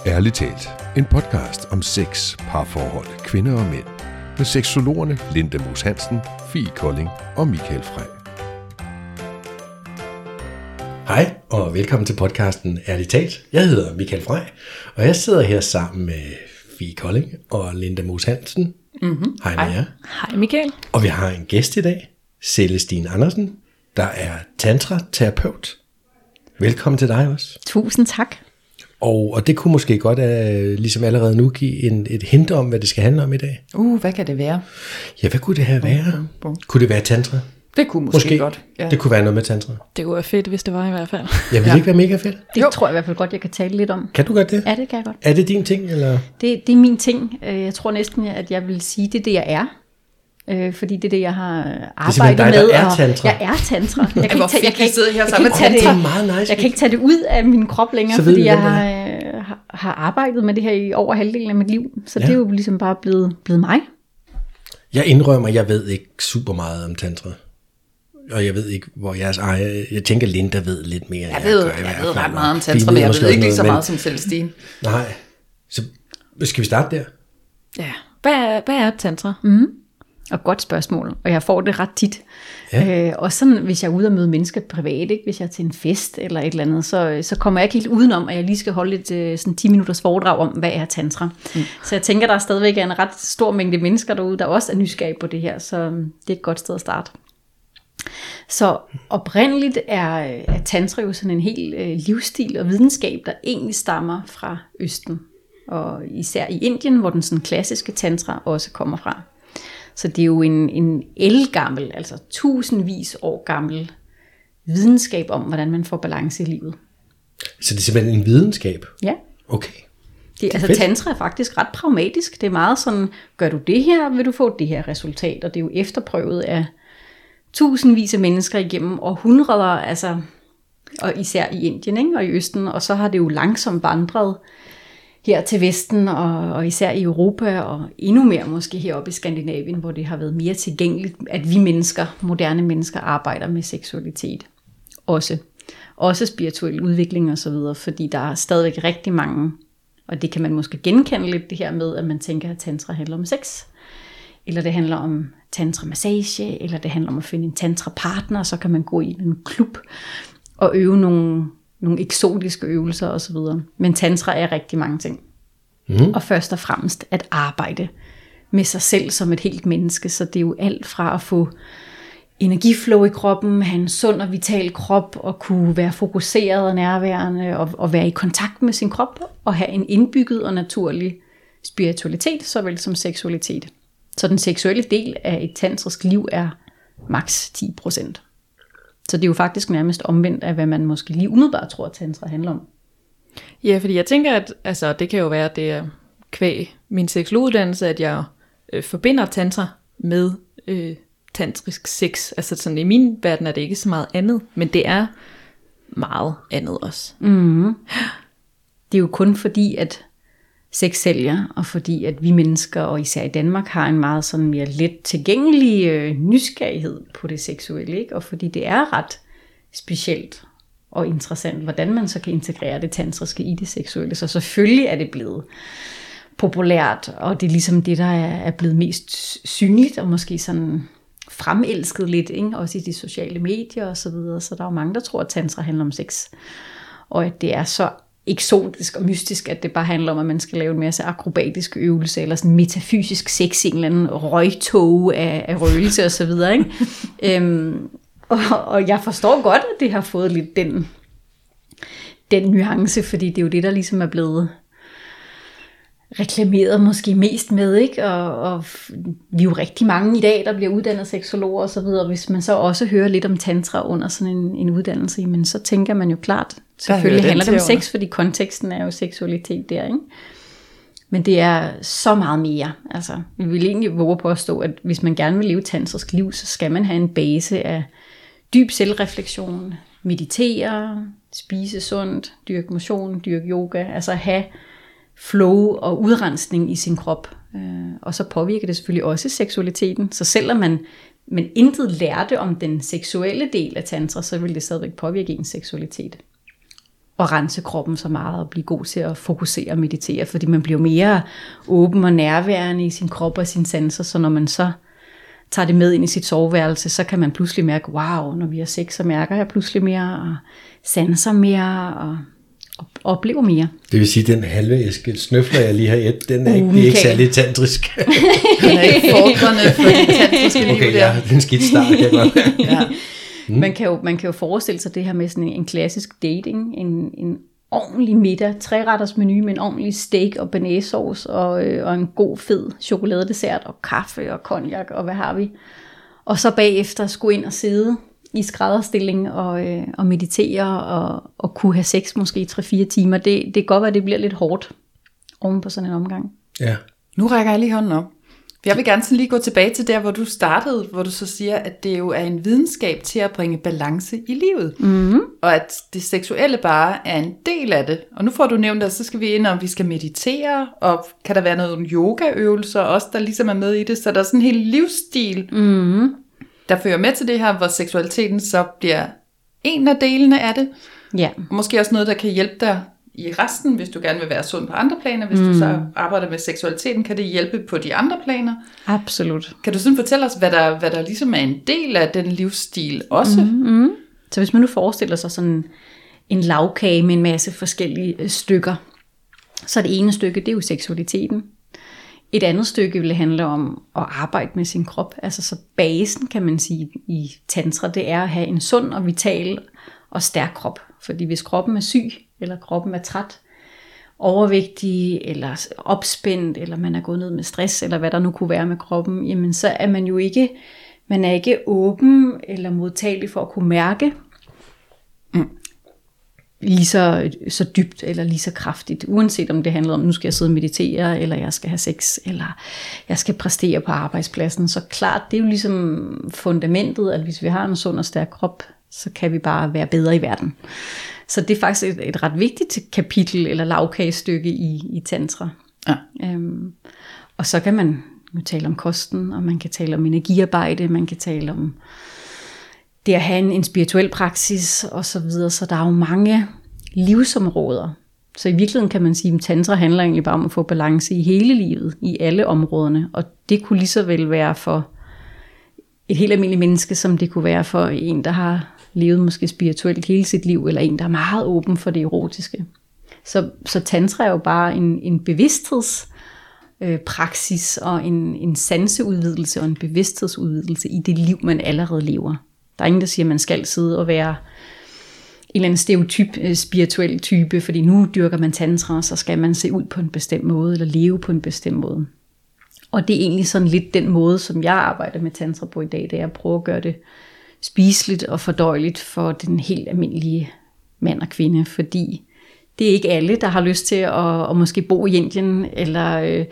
Ærligt talt, en podcast om sex, parforhold, kvinder og mænd. Med seksologerne Linda Moos Hansen, Fie Kolding og Michael Frey. Hej og velkommen til podcasten Ærligt talt. Jeg hedder Michael Frey, og jeg sidder her sammen med Fie Kolding og Linda Moos Hansen. Mm-hmm. Hej med jer. Hej Michael. Og vi har en gæst i dag, Celestine Andersen, der er tantra-terapeut. Velkommen til dig også. Tusind tak. Og det kunne måske godt ligesom allerede nu give et hint om, hvad det skal handle om i dag. Hvad kan det være? Ja, hvad kunne det her være? Kunne det være tantra? Det kunne måske godt. Ja. Det kunne være noget med tantra. Det kunne være fedt, hvis det var i hvert fald. Ja, vil det ikke være mega fedt? Det tror jeg i hvert fald godt, jeg kan tale lidt om. Kan du godt det? Ja, det kan jeg godt. Er det din ting, eller? Det er min ting. Jeg tror næsten, at jeg vil sige, det er det, jeg er. Fordi det er det, jeg har arbejdet dig, med. Der er tantra. Jeg er tantra. Jeg kan ikke sidde her sammen med tage det er meget nice. Jeg kan ikke tage det ud af min krop længere, fordi jeg har arbejdet med det her i over halvdelen af mit liv. Så det er jo ligesom bare blevet mig. Jeg indrømmer, jeg ved ikke super meget om tantra. Og jeg ved ikke, hvor jeres ejer... Jeg tænker, Linda ved lidt mere. Jeg ved ret meget om tantra, men jeg ved ikke lige så meget som Celestine. Nej. Så skal vi starte der? Ja. Hvad er tantra? Og godt spørgsmål, og jeg får det ret tit. Ja. Og sådan, hvis jeg er ude og møde mennesker privat, ikke? Hvis jeg er til en fest eller et eller andet, så kommer jeg ikke helt udenom, at jeg lige skal holde et sådan 10 minutters foredrag om, hvad er tantra. Så jeg tænker, der stadigvæk er en ret stor mængde mennesker derude, der også er nysgerrige på det her, så det er et godt sted at starte. Så oprindeligt er tantra jo sådan en helt livsstil og videnskab, der egentlig stammer fra Østen, og især i Indien, hvor den sådan klassiske tantra også kommer fra. Så det er jo en ældgammel, altså tusindvis år gammel videnskab om, hvordan man får balance i livet. Så det er simpelthen en videnskab? Ja. Okay. Tantra er faktisk ret pragmatisk. Det er meget sådan, gør du det her, vil du få det her resultat. Og det er jo efterprøvet af tusindvis af mennesker igennem århundreder, altså, og især i Indien, ikke? Og i Østen. Og så har det jo langsomt vandret her til Vesten, og især i Europa, og endnu mere måske heroppe i Skandinavien, hvor det har været mere tilgængeligt, at vi mennesker, moderne mennesker, arbejder med seksualitet. Også spirituel udvikling og så videre, fordi der er stadigvæk rigtig mange, og det kan man måske genkende lidt det her med, at man tænker, at tantra handler om sex, eller det handler om tantra-massage, eller det handler om at finde en tantra-partner, så kan man gå i en klub og øve nogle eksotiske øvelser osv. Men tantra er rigtig mange ting. Og først og fremmest at arbejde med sig selv som et helt menneske. Så det er jo alt fra at få energiflow i kroppen, have en sund og vital krop, og kunne være fokuseret og nærværende, og være i kontakt med sin krop, og have en indbygget og naturlig spiritualitet, såvel som seksualitet. Så den seksuelle del af et tantrisk liv er maks 10%. Så det er jo faktisk nærmest omvendt af, hvad man måske lige umiddelbart tror, at tantra handler om. Ja, fordi jeg tænker, at altså, det kan jo være, at det er kvæg min seksologuddannelse, at jeg forbinder tantra med tantrisk sex. Altså sådan i min verden er det ikke så meget andet, men det er meget andet også. Mm-hmm. Det er jo kun fordi, at sex sælger, og fordi at vi mennesker, og især i Danmark, har en meget sådan mere let tilgængelig nysgerrighed på det seksuelle, ikke? Og fordi det er ret specielt og interessant, hvordan man så kan integrere det tantriske i det seksuelle. Så selvfølgelig er det blevet populært, og det er ligesom det, der er blevet mest synligt, og måske sådan fremelsket lidt, ikke? Også i de sociale medier og så videre. Så der er jo mange, der tror, at tantra handler om sex, og at det er så eksotisk og mystisk, at det bare handler om, at man skal lave en masse akrobatiske øvelser, eller sådan metafysisk sex, en eller anden røgtog af røgelse og så videre, ikke? Og jeg forstår godt, at det har fået lidt den nuance, fordi det er jo det, der ligesom er blevet reklameret måske mest med, ikke? Og vi er jo rigtig mange i dag, der bliver uddannet seksologer og så videre. Hvis man så også hører lidt om tantra under sådan en uddannelse, men så tænker man jo klart, selvfølgelig handler det om sex, fordi konteksten er jo seksualitet der, ikke? Men det er så meget mere. Altså, vi vil egentlig våge på at stå, at hvis man gerne vil leve et tantrisk liv, så skal man have en base af dyb selvreflektion, meditere, spise sundt, dyrke motion, dyrke yoga, altså have flow og udrensning i sin krop. Og så påvirker det selvfølgelig også seksualiteten. Så selvom man intet lærte om den seksuelle del af tantra, så vil det stadigvæk påvirke ens seksualitet. at rense kroppen så meget, og blive god til at fokusere og meditere, fordi man bliver mere åben og nærværende i sin krop og sine sanser, så når man så tager det med ind i sit soveværelse, så kan man pludselig mærke, wow, når vi har sex, så mærker jeg pludselig mere, og sanser mere, og oplever mere. Det vil sige, at den halve æske snøfler, jeg lige har et, den er ikke særlig tantrisk. Den er ikke fordrende for det tantriske liv. Okay, ja, den skidt start. Ja. Man kan jo forestille sig det her med sådan en klassisk dating, en ordentlig middag, 3-retters menu med en ordentlig steak og bearnaisesauce og en god fed chokoladedessert og kaffe og cognac og hvad har vi. Og så bagefter skulle ind og sidde i skrædderstilling og meditere og kunne have sex måske i 3-4 timer. Det kan godt være, at det bliver lidt hårdt oven på sådan en omgang. Ja. Nu rækker jeg lige hånden op. Jeg vil gerne sådan lige gå tilbage til der, hvor du startede, hvor du så siger, at det jo er en videnskab til at bringe balance i livet. Mm-hmm. Og at det seksuelle bare er en del af det. Og nu får du nævnt, at så skal vi ind, om vi skal meditere, og kan der være nogle yogaøvelser også, der ligesom er med i det. Så der er sådan en hel livsstil, der fører med til det her, hvor seksualiteten så bliver en af delene af det. Ja. Og måske også noget, der kan hjælpe dig i resten, hvis du gerne vil være sund på andre planer. Hvis du så arbejder med seksualiteten, kan det hjælpe på de andre planer. Absolut. Kan du sådan fortælle os, hvad der ligesom er en del af den livsstil også? Så hvis man nu forestiller sig sådan en lagkage med en masse forskellige stykker, så det ene stykke, det er jo seksualiteten. Et andet stykke vil handle om at arbejde med sin krop. Altså så basen, kan man sige, i tantra, det er at have en sund og vital og stærk krop. Fordi hvis kroppen er syg, eller kroppen er træt, overvægtig, eller opspændt, eller man er gået ned med stress, eller hvad der nu kunne være med kroppen, jamen så er man jo ikke, man er ikke åben eller modtagelig for at kunne mærke lige så dybt eller lige så kraftigt, uanset om det handler om, nu skal jeg sidde og meditere, eller jeg skal have sex, eller jeg skal præstere på arbejdspladsen. Så klart, det er jo ligesom fundamentet, at hvis vi har en sund og stærk krop, så kan vi bare være bedre i verden. Så det er faktisk et ret vigtigt kapitel eller lagkagestykke i tantra. Ja. Og så kan man jo tale om kosten, og man kan tale om energiarbejde, man kan tale om det at have en spirituel praksis og så videre. Så der er jo mange livsområder. Så i virkeligheden kan man sige, at tantra handler egentlig bare om at få balance i hele livet, i alle områderne. Og det kunne lige så vel være for et helt almindeligt menneske, som det kunne være for en, der har levet måske spirituelt hele sit liv, eller en, der er meget åben for det erotiske. Så tantra er jo bare en bevidsthedspraksis og en sanseudvidelse og en bevidsthedsudvidelse i det liv, man allerede lever. Der er ingen, der siger, at man skal sidde og være en eller anden stereotyp spirituel type, fordi nu dyrker man tantra, så skal man se ud på en bestemt måde, eller leve på en bestemt måde. Og det er egentlig sådan lidt den måde, som jeg arbejder med tantra på i dag, det er at prøve at gøre det spiseligt og fordøjeligt for den helt almindelige mand og kvinde, fordi det er ikke alle, der har lyst til at måske bo i Indien, eller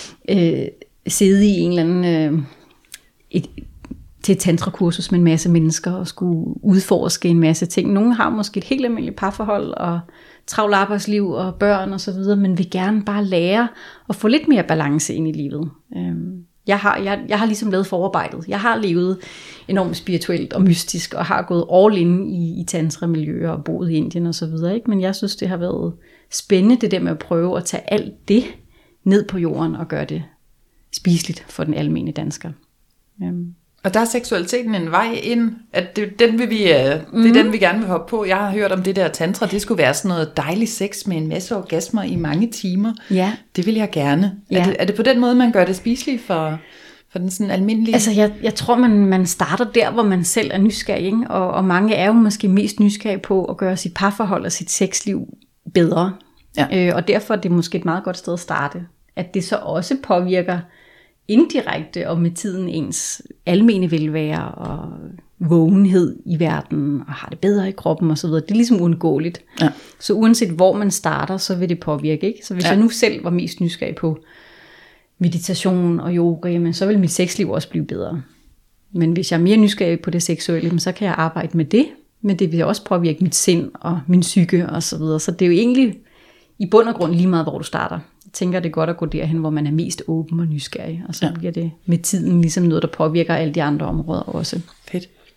sidde i en eller anden til et tantrakursus med en masse mennesker og skulle udforske en masse ting. Nogle har måske et helt almindeligt parforhold og travlt arbejdsliv og børn og så videre, men vil gerne bare lære at få lidt mere balance ind i livet. Jeg har ligesom lavet forarbejdet. Jeg har levet enormt spirituelt og mystisk og har gået all in i tantra-miljøer og boet i Indien og så videre, ikke? Men jeg synes, det har været spændende det der med at prøve at tage alt det ned på jorden og gøre det spiseligt for den almindelige dansker. Og der er seksualiteten en vej ind, at det er den, det er den, vi gerne vil hoppe på. Jeg har hørt om det der tantra, det skulle være sådan noget dejlig sex med en masse orgasmer i mange timer. Ja. Det vil jeg gerne. Ja. Er det på den måde, man gør det spiseligt for den sådan almindelige? Altså jeg tror, man starter der, hvor man selv er nysgerrig, ikke? Og mange er jo måske mest nysgerrige på at gøre sit parforhold og sit sexliv bedre. Ja. Og derfor er det måske et meget godt sted at starte. At det så også påvirker indirekte og med tiden ens almene velvære og vågenhed i verden og har det bedre i kroppen og så videre. Det er ligesom uundgåeligt. Ja. Så uanset hvor man starter, så vil det påvirke, ikke? Så hvis jeg nu selv var mest nysgerrig på meditation og yoga, jamen, så vil mit sexliv også blive bedre. Men hvis jeg er mere nysgerrig på det seksuelle, så kan jeg arbejde med det, men det vil også påvirke mit sind og min psyke og så videre. Så det er jo egentlig i bund og grund lige meget, hvor du starter. Jeg tænker, det er godt at gå derhen, hvor man er mest åben og nysgerrig, og så bliver det med tiden ligesom noget, der påvirker alle de andre områder også. Fedt.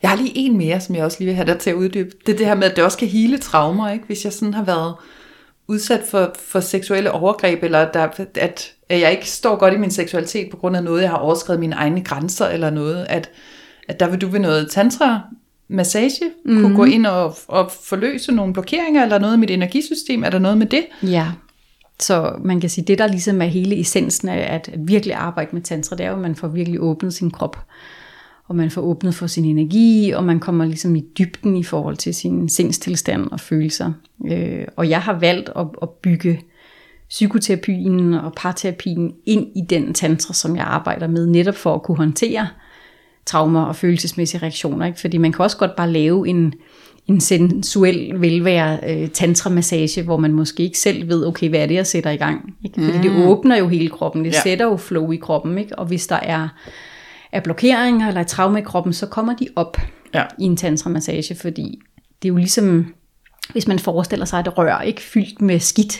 Jeg har lige en mere, som jeg også lige vil have dig til at uddybe. Det er det her med, at det også kan hele traumer, ikke? Hvis jeg sådan har været udsat for seksuelle overgreb, eller at jeg ikke står godt i min seksualitet på grund af noget, jeg har overskredet mine egne grænser, eller noget, at der vil du ved noget tantra-massage kunne gå ind og forløse nogle blokeringer, eller noget af mit energisystem, er der noget med det? Ja, så man kan sige, det der ligesom er hele essensen af at virkelig arbejde med tantra, det er jo, at man får virkelig åbnet sin krop, og man får åbnet for sin energi, og man kommer ligesom i dybden i forhold til sin sindstilstand og følelser. Og jeg har valgt at bygge psykoterapien og parterapien ind i den tantra, som jeg arbejder med, netop for at kunne håndtere traumer og følelsesmæssige reaktioner. Ikke? Fordi man kan også godt bare lave en sensuel velvære tantra-massage, hvor man måske ikke selv ved, okay, hvad er det, jeg sætter i gang? Ikke? Fordi det åbner jo hele kroppen, det sætter jo flow i kroppen, ikke? Og hvis der er blokeringer eller et traume i kroppen, så kommer de op i en tantra-massage, fordi det er jo ligesom, hvis man forestiller sig et rør, ikke fyldt med skidt,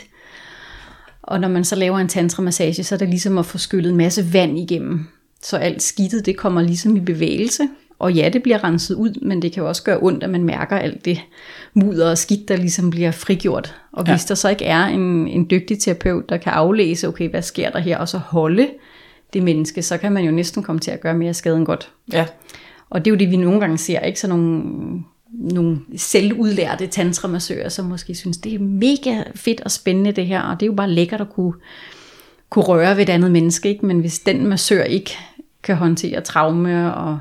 og når man så laver en tantra-massage, så er det ligesom at få skyllet en masse vand igennem, så alt skidtet, det kommer ligesom i bevægelse, og ja, det bliver renset ud, men det kan jo også gøre ondt, at man mærker alt det mudder og skidt, der ligesom bliver frigjort, og hvis der så ikke er en dygtig terapeut, der kan aflæse, okay, hvad sker der her, og så holde det menneske, så kan man jo næsten komme til at gøre mere skade end godt. Ja. Og det er jo det, vi nogle gange ser, ikke? Så nogle selvudlærte tantramassører, som måske synes, det er mega fedt og spændende det her, og det er jo bare lækkert at kunne røre ved et andet menneske, ikke? Men hvis den massør ikke kan håndtere traume og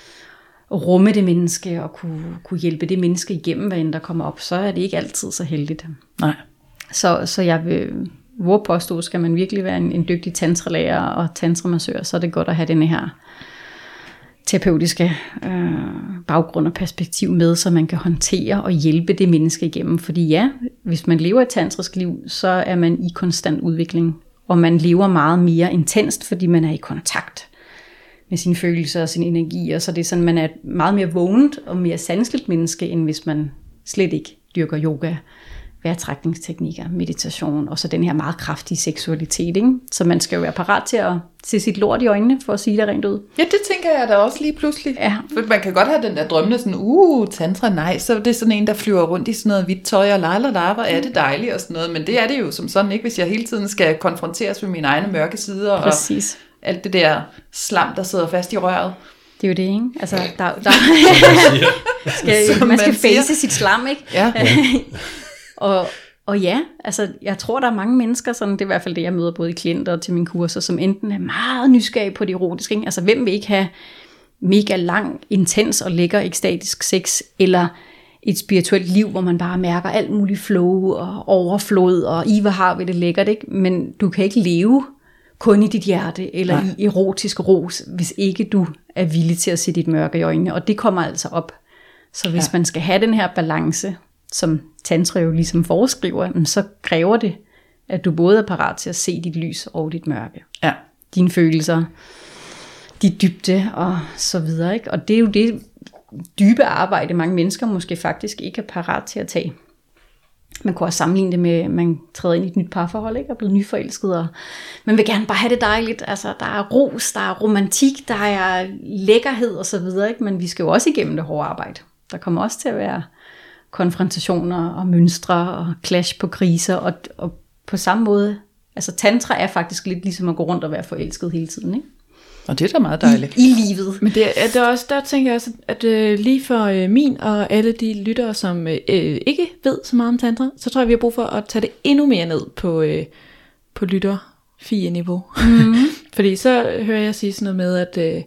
rumme det menneske, og kunne hjælpe det menneske igennem, hvad end der kommer op, så er det ikke altid så heldigt. Nej. Så jeg vil hvor påstå, skal man virkelig være en dygtig tantralærer og tantramassør, så er det godt at have denne her terapeutiske baggrund og perspektiv med, så man kan håndtere og hjælpe det menneske igennem. Fordi ja, hvis man lever et tantrisk liv, så er man i konstant udvikling, og man lever meget mere intenst, fordi man er i kontakt med sine følelser og sin energi, og så det er sådan, man er meget mere vågent og mere sanseligt menneske, end hvis man slet ikke dyrker yoga, vejrtrækningsteknikker, meditation, og så den her meget kraftige seksualitet, ikke? Så man skal jo være parat til at se sit lort i øjnene, for at sige det rent ud. Ja, det tænker jeg da også lige pludselig. Ja. For man kan godt have den der drømmende sådan, tantra, nej, så det er sådan en, der flyver rundt i sådan noget hvidt tøj, og hvor er det dejligt og sådan noget, men det er det jo som sådan ikke, hvis jeg hele tiden skal konfronteres med mine egne mørke sider, præcis. Og alt det der slam, der sidder fast i røret. Det er jo det, ikke? Altså, man skal face sit slam, ikke? Ja. Og ja, altså jeg tror, der er mange mennesker, sådan, det er i hvert fald det, jeg møder både i klienter og til mine kurser, som enten er meget nysgerrige på det erotiske, ikke? Altså hvem vil ikke have mega lang, intens og lækker ekstatisk sex, eller et spirituelt liv, hvor man bare mærker alt muligt flow og overflod, og hvor har vi det lækkert, ikke? Men du kan ikke leve kun i dit hjerte, eller i erotisk ros, hvis ikke du er villig til at se dit mørke i øjnene, og det kommer altså op. Så hvis man skal have den her balance, som tantra jo ligesom foreskriver, så kræver det, at du både er parat til at se dit lys og dit mørke. Ja. Dine følelser, dit dybde og så videre, ikke? Og det er jo det dybe arbejde, mange mennesker måske faktisk ikke er parat til at tage. Man kunne også sammenligne det med, at man træder ind i et nyt parforhold, ikke? Og er blevet nyforelsket, og man vil gerne bare have det dejligt. Altså, der er ros, der er romantik, der er lækkerhed og så videre, ikke? Men vi skal jo også igennem det hårde arbejde. Der kommer også til at være konfrontationer og mønstre og clash på kriser, og på samme måde, altså tantra er faktisk lidt ligesom at gå rundt og være forelsket hele tiden, ikke? Og det er da meget dejligt. I livet. Men det er også, der tænker jeg også, at lige for min og alle de lyttere, som ikke ved så meget om tantra, så tror jeg, vi har brug for at tage det endnu mere ned på lytter-fie-niveau. Mm-hmm. Fordi så hører jeg sige sådan noget med, at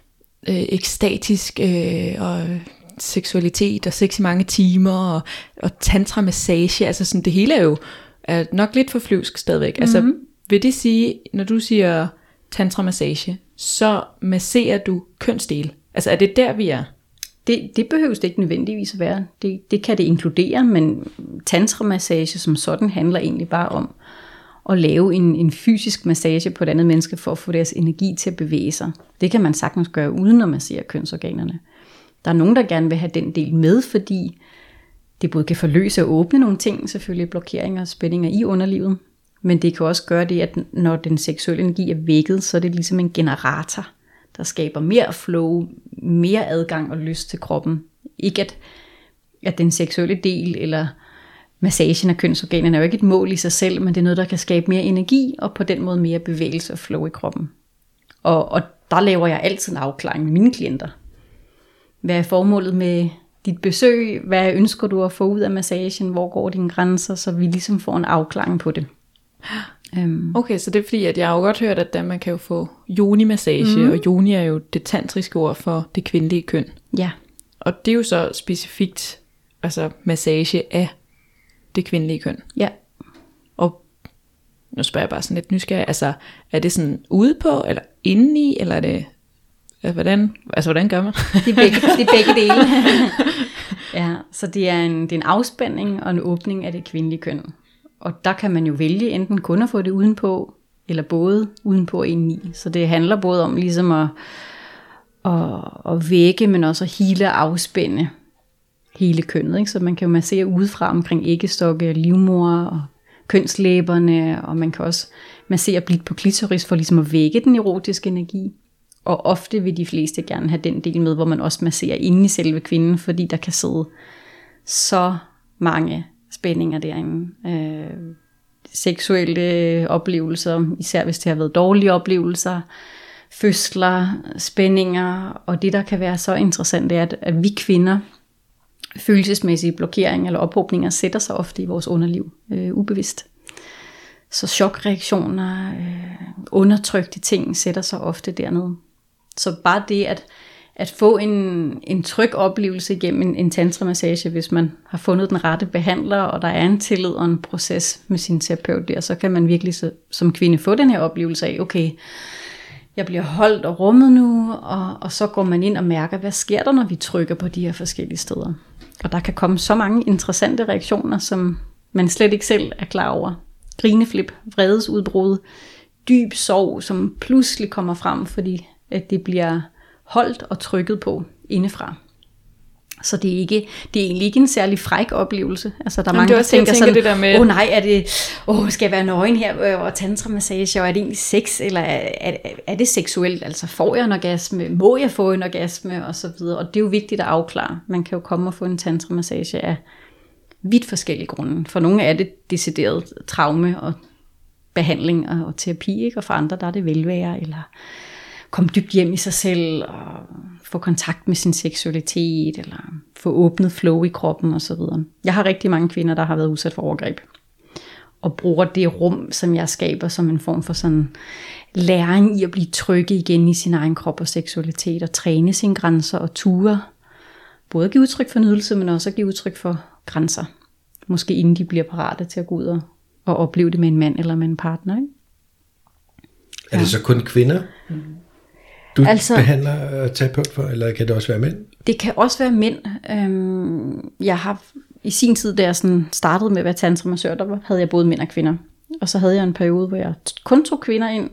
ekstatisk og seksualitet og sex i mange timer og tantra-massage, altså sådan det hele er nok lidt for flyvsk stadigvæk. Mm-hmm. Altså vil det sige, når du siger tantra-massage, så masserer du kønsdele? Altså er det der, vi er? Det behøves det ikke nødvendigvis at være. Det kan det inkludere, men tantra-massage som sådan handler egentlig bare om at lave en fysisk massage på et andet menneske for at få deres energi til at bevæge sig. Det kan man sagtens gøre uden at massere kønsorganerne. Der er nogen, der gerne vil have den del med, fordi det både kan forløse og åbne nogle ting, selvfølgelig blokeringer og spændinger i underlivet, men det kan også gøre det, at når den seksuelle energi er vækket, så er det ligesom en generator, der skaber mere flow, mere adgang og lyst til kroppen. Ikke at den seksuelle del eller massagen af kønsorganerne er jo ikke et mål i sig selv, men det er noget, der kan skabe mere energi, og på den måde mere bevægelse og flow i kroppen. Og der laver jeg altid en afklaring med mine klienter. Hvad er formålet med dit besøg? Hvad ønsker du at få ud af massagen? Hvor går dine grænser? Så vi ligesom får en afklaring på det. Okay, så det er fordi, at jeg har jo godt hørt, at man kan jo få yoni-massage, og yoni er jo det tantriske ord for det kvindelige køn. Ja. Og det er jo så specifikt, altså massage af det kvindelige køn. Ja. Og nu spørger jeg bare sådan lidt nysgerrig, altså er det sådan ude på, eller indeni, eller er det, hvordan gør man? Det er begge dele. Ja, så det er en afspænding og en åbning af det kvindelige køn. Og der kan man jo vælge enten kun at få det udenpå, eller både udenpå og indeni. Så det handler både om ligesom at vække, men også at hele og afspænde hele kønnet. Ikke? Så man kan jo massere udefra omkring æggestokke, livmor og kønslæberne, og man kan også massere blidt på klitoris for ligesom at vække den erotiske energi. Og ofte vil de fleste gerne have den del med, hvor man også masserer inde i selve kvinden, fordi der kan sidde så mange spændinger derinde. Seksuelle oplevelser, især hvis det har været dårlige oplevelser, fødsler, spændinger, og det der kan være så interessant er, at vi kvinder, følelsesmæssige blokeringer eller ophobninger, sætter sig ofte i vores underliv, ubevidst. Så chokreaktioner, undertrykte ting, sætter sig ofte dernede. Så bare det at få en tryg oplevelse igennem en tantramassage, hvis man har fundet den rette behandler, og der er en tillid og en proces med sin terapeut der, så kan man virkelig som kvinde få den her oplevelse af, okay, jeg bliver holdt og rummet nu, og så går man ind og mærker, hvad sker der, når vi trykker på de her forskellige steder. Og der kan komme så mange interessante reaktioner, som man slet ikke selv er klar over. Grineflip, vredesudbrud, dyb sorg, som pludselig kommer frem, fordi at det bliver holdt og trykket på indefra. Så det er egentlig ikke en særlig fræk oplevelse. Altså der er mange, der tænker sådan, det der med, nej, skal jeg være nøgen her og tantramassage, og er det egentlig sex, eller er det seksuelt? Altså får jeg en orgasme? Må jeg få en orgasme? Og så videre. Og det er jo vigtigt at afklare. Man kan jo komme og få en tantramassage af vidt forskellige grunde. For nogle er det decideret traume og behandling og terapi, ikke? Og for andre der er det velvære, eller komme dybt hjem i sig selv, og få kontakt med sin seksualitet, eller få åbnet flow i kroppen osv. Jeg har rigtig mange kvinder, der har været udsat for overgreb, og bruger det rum, som jeg skaber, som en form for sådan læring i at blive trygge igen i sin egen krop og seksualitet, og træne sine grænser og ture. Både at give udtryk for nydelse, men også at give udtryk for grænser. Måske inden de bliver parate til at gå ud og opleve det med en mand eller med en partner. Ikke? Er det så kun kvinder, du behandler terapeut for, eller kan det også være mænd? Det kan også være mænd. Jeg har i sin tid, da jeg sådan startede med at være tantramassør, der havde jeg både mænd og kvinder. Og så havde jeg en periode, hvor jeg kun tog kvinder ind,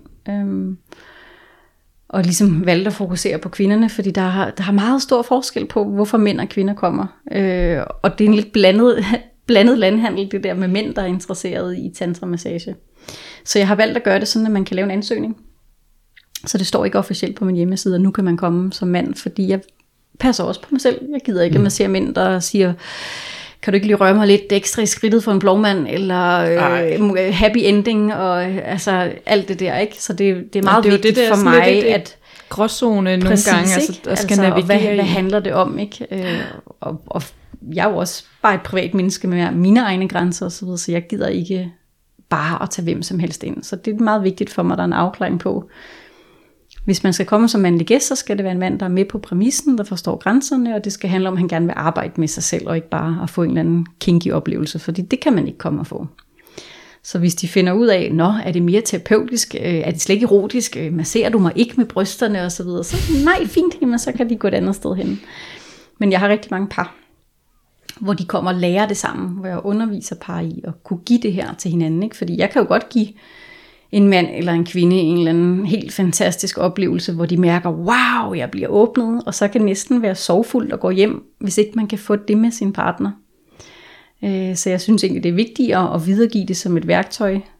og ligesom valgte at fokusere på kvinderne, fordi der har meget stor forskel på, hvorfor mænd og kvinder kommer. Og det er en lidt blandet landhandel, det der med mænd, der er interesseret i tantramassage. Så jeg har valgt at gøre det sådan, at man kan lave en ansøgning. Så det står ikke officielt på min hjemmeside, og nu kan man komme som mand, fordi jeg passer også på mig selv. Jeg gider ikke, at man ser mænd, der siger, kan du ikke lige røre mig lidt ekstra i skridtet for en blovmand, eller happy ending, og altså alt det der, ikke? Så det er meget vigtigt det for mig, at gråzone nogle gange, altså, der skal navigere hvad handler det om, ikke? Og jeg er jo også bare et privat menneske med mine egne grænser og så videre, så jeg gider ikke bare at tage hvem som helst ind. Så det er meget vigtigt for mig, at der er en afklaring på. Hvis man skal komme som mandlig gæst, så skal det være en mand, der er med på præmissen, der forstår grænserne, og det skal handle om, at han gerne vil arbejde med sig selv, og ikke bare at få en eller anden kinky oplevelse, fordi det kan man ikke komme og få. Så hvis de finder ud af, er det mere terapeutisk, er det slet ikke erotisk, masserer du mig ikke med brysterne og så videre, så nej, fint, jamen, så kan de gå et andet sted hen. Men jeg har rigtig mange par, hvor de kommer og lærer det sammen, hvor jeg underviser par i at kunne give det her til hinanden, ikke? Fordi jeg kan jo godt give en mand eller en kvinde en eller anden helt fantastisk oplevelse, hvor de mærker, wow, jeg bliver åbnet, og så kan det næsten være sorgfuldt at gå hjem, hvis ikke man kan få det med sin partner. Så jeg synes egentlig, det er vigtigt at videregive det som et værktøj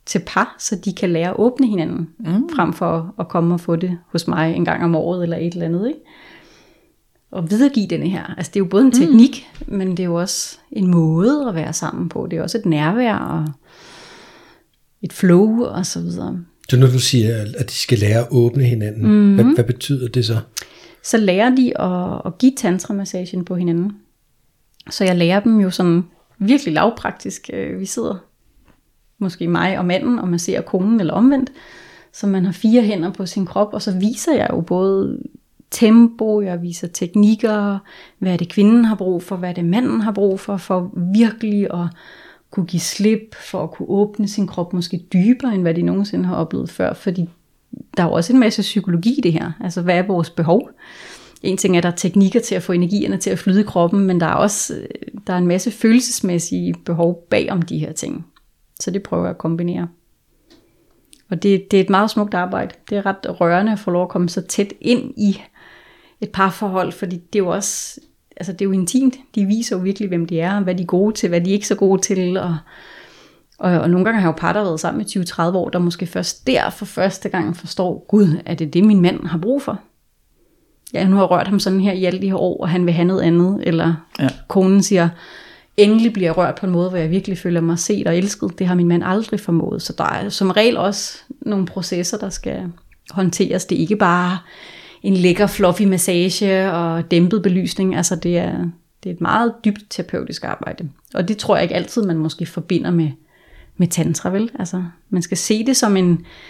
til par, så de kan lære at åbne hinanden, frem for at komme og få det hos mig en gang om året, eller et eller andet, ikke? Og videregive denne her. Altså det er jo både en teknik, men det er jo også en måde at være sammen på. Det er også et nærvær, og et flow, og så videre. Så når du siger, at de skal lære at åbne hinanden, hvad betyder det så? Så lærer de at give tantra-massagen på hinanden. Så jeg lærer dem jo sådan virkelig lavpraktisk. Vi sidder, måske mig og manden, og man ser konen eller omvendt. Så man har 4 hænder på sin krop, og så viser jeg jo både tempo, jeg viser teknikker, hvad er det kvinden har brug for, hvad er det manden har brug for virkelig at kunne give slip, for at kunne åbne sin krop måske dybere, end hvad de nogensinde har oplevet før, fordi der er jo også en masse psykologi i det her, altså hvad er vores behov? En ting er, at der er teknikker til at få energierne til at flyde i kroppen, men der er en masse følelsesmæssige behov bag om de her ting, så det prøver jeg at kombinere. Og det er et meget smukt arbejde. Det er ret rørende at få lov at komme så tæt ind i et parforhold, fordi det er jo også, altså det er jo intimt. De viser jo virkelig, hvem de er, hvad de er gode til, hvad de ikke er så gode til. Og nogle gange har jeg jo par, der har været sammen i 20-30 år, der måske først der for første gang forstår, Gud, er det min mand har brug for? Ja, nu har jeg rørt ham sådan her i alle de her år, og han vil have noget andet. Eller konen siger, endelig bliver jeg rørt på en måde, hvor jeg virkelig føler mig set og elsket. Det har min mand aldrig formået. Så der er som regel også nogle processer, der skal håndteres. Det er ikke bare en lækker, fluffy massage og dæmpet belysning. Altså det er et meget dybt terapeutisk arbejde. Og det tror jeg ikke altid, man måske forbinder med tantra, vel? Altså man skal se det som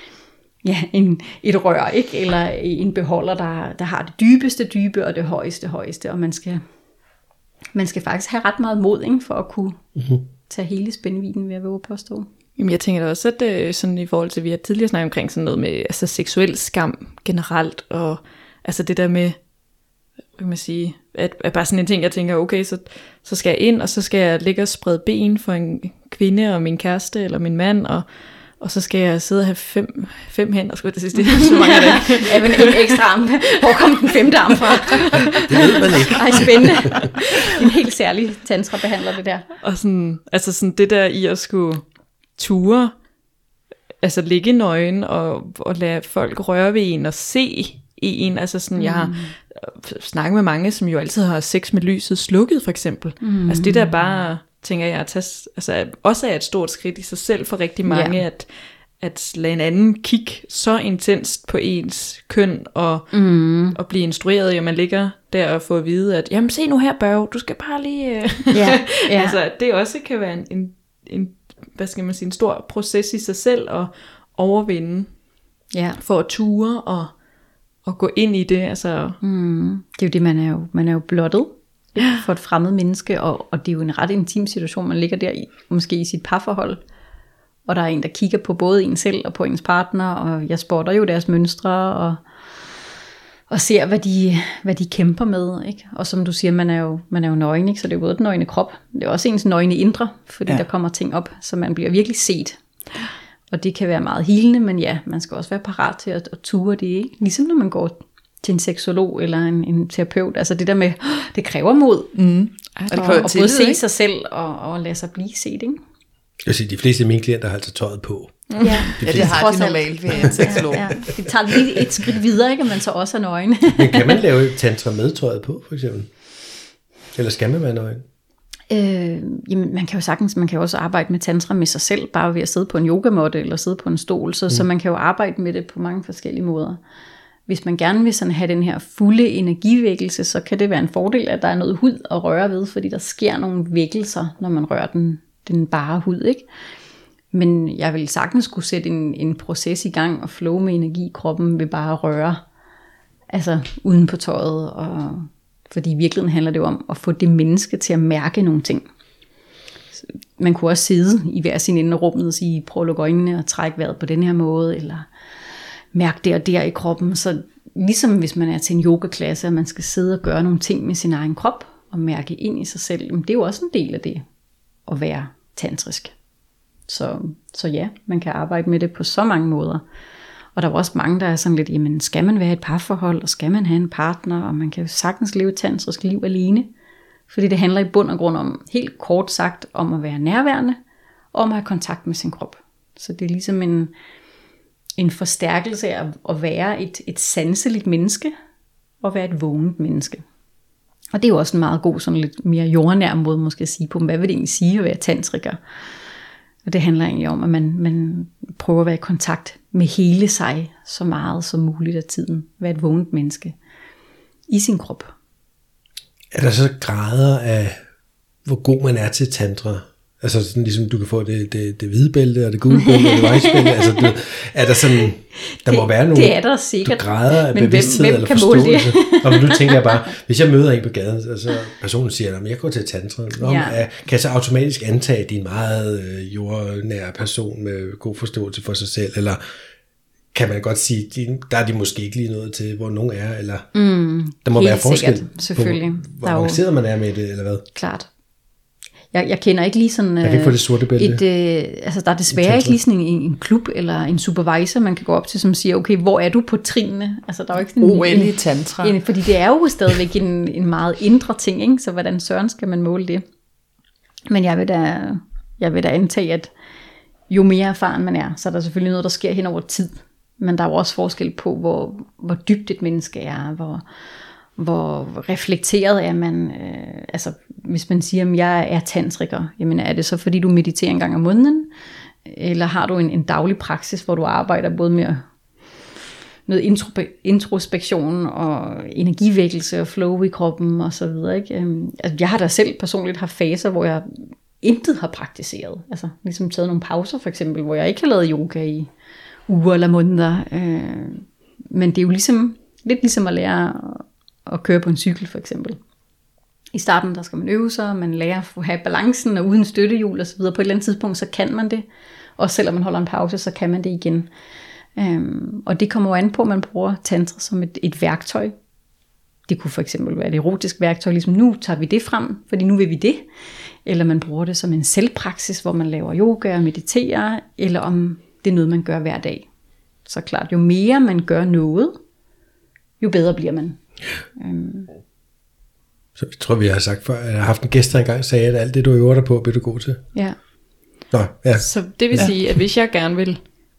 et rør, ikke? Eller en beholder, der har det dybeste dybe og det højeste. Og man skal faktisk have ret meget mod, ikke, for at kunne tage hele spændvidden, ved at våge påstå. Jamen jeg tænker da også, at sådan i forhold til, vi har tidligere snakket omkring sådan noget med altså seksuel skam generelt, og altså det der med, hvad kan man sige, at bare sådan en ting, jeg tænker, okay, så skal jeg ind, og så skal jeg ligge og sprede ben for en kvinde og min kæreste eller min mand, og så skal jeg sidde og have fem hænder, skulle jeg til sidst. Så mange af det. Ja, men en ekstra arm. Hvor kom den 5. arm fra? Det ved man ikke. Ej, spændende. En helt særlig tantra-behandler det der. Og sådan, altså sådan det der i at skulle ture, altså ligge nøgen og lade folk røre ved en og se en. Altså sådan, jeg har snakket med mange, som jo altid har sex med lyset slukket, for eksempel. Altså det der bare, tænker jeg, altså også er et stort skridt i sig selv for rigtig mange, at lade en anden kigge så intenst på ens køn, og blive instrueret, at man ligger der og får at vide, at jamen se nu her, Børge, du skal bare lige... Altså det også kan være en hvad skal man sige, en stor proces i sig selv at overvinde, for at ture og gå ind i det. Altså. Det er jo det, man er jo blottet for et fremmed menneske, og det er jo en ret intim situation, man ligger der i, måske i sit parforhold, og der er en, der kigger på både en selv og på ens partner, og jeg spotter jo deres mønstre, og ser, hvad de kæmper med, ikke? Og som du siger, man er jo nøgen, ikke? Så det er jo både den nøgne krop, det er også ens nøgne indre, fordi der kommer ting op, så man bliver virkelig set. Og det kan være meget helende, men ja, man skal også være parat til at ture det, ikke? Ligesom når man går til en seksolog eller en terapeut, altså det der med, det kræver mod, og både se sig selv og lade sig blive set, ikke? Jeg vil sige, de fleste af mine klienter har altså tøjet på. Ja, det har de normalt ved en seksolog. Det tager lige et skridt videre, ikke, at man så også er nøgen. Men kan man lave tantra med tøjet på, for eksempel? Eller skal man være nøgen? Jamen, man kan jo også arbejde med tantra med sig selv, bare ved at sidde på en yogamåtte eller sidde på en stol, så man kan jo arbejde med det på mange forskellige måder. Hvis man gerne vil sådan have den her fulde energivækkelse, så kan det være en fordel, at der er noget hud at røre ved, fordi der sker nogle vækkelser, når man rører den bare hud, ikke? Men jeg vil sagtens kunne sætte en proces i gang og flow med energi i kroppen ved bare at røre, altså uden på tøjet, og fordi i virkeligheden handler det jo om at få det menneske til at mærke nogle ting. Man kunne også sidde i hver sin ende af rummet og sige, prøv at lukke øjnene og trække vejret på den her måde, eller mærke det og der i kroppen. Så ligesom hvis man er til en yogaklasse, og man skal sidde og gøre nogle ting med sin egen krop, og mærke ind i sig selv, det er jo også en del af det, at være tantrisk. Så ja, man kan arbejde med det på så mange måder. Og der er også mange, der er sådan lidt, jamen skal man være i et parforhold, og skal man have en partner, og man kan jo sagtens leve et tantrisk liv alene. Fordi det handler i bund og grund om, helt kort sagt, om at være nærværende, og om at have kontakt med sin krop. Så det er ligesom en forstærkelse af at være et sanseligt menneske, og være et vågent menneske. Og det er jo også en meget god, sådan lidt mere jordnær måde måske at sige på, hvad vil det egentlig sige at være tantriker? Og det handler egentlig om, at man prøver at være i kontakt med hele sig, så meget som muligt af tiden. Være et vågent menneske i sin krop. Er der så grader af, hvor god man er til tantra? Altså sådan ligesom du kan få det hvide bælte, og det gule bælte, og det white bælte. Altså er der sådan, der må være nogle det er der sikkert, grader af bevidsthed eller forståelse. Og nu tænker jeg bare, hvis jeg møder en på gaden, og så personen siger, at jeg går til tantra, kan jeg så automatisk antage, at de er en meget jordnær person med god forståelse for sig selv, eller kan man godt sige, der er de måske ikke lige noget til, hvor nogen er, eller der må være forskel selvfølgelig. På, hvor avanceret man er med det, eller hvad? Klart. Jeg kender ikke lige sådan jeg kan ikke få det sorte bælte. Altså der er desværre ikke lige sådan en klub eller en supervisor, man kan gå op til, som siger, okay, hvor er du på trinene? Altså der er jo ikke sådan OL i tantra. Fordi det er jo stadigvæk en meget indre ting, ikke? Så hvordan søren skal man måle det? Men jeg vil da antage, at jo mere erfaren man er, så er der selvfølgelig noget, der sker hen over tid. Men der er jo også forskel på, hvor dybt et menneske er, hvor reflekteret er man. Altså hvis man siger, at jeg er tantriker, jamen er det så fordi du mediterer en gang om måneden? Eller har du en daglig praksis, hvor du arbejder både med noget introspektion og energivækkelse og flow i kroppen og så videre, ikke? Altså, jeg har da selv personligt haft faser, hvor jeg intet har praktiseret. Altså ligesom taget nogle pauser for eksempel, hvor jeg ikke har lavet yoga i uger eller måneder. Men det er jo lidt ligesom at lære at køre på en cykel for eksempel. I starten der skal man øve sig, man lærer at have balancen og uden støttehjul og så videre. På et eller andet tidspunkt så kan man det, og selvom man holder en pause, så kan man det igen. Og det kommer jo an på, at man bruger tantra som et værktøj. Det kunne for eksempel være et erotisk værktøj, ligesom nu tager vi det frem, fordi nu vil vi det. Eller man bruger det som en selvpraksis, hvor man laver yoga og mediterer, eller om det er noget, man gør hver dag. Så klart, jo mere man gør noget, jo bedre bliver man. Så jeg tror, vi har sagt før, jeg har haft en gæst, der engang sagde, at alt det, du øver dig på, bliver du god til. Ja. Nå, ja. Så det vil sige, at hvis jeg gerne vil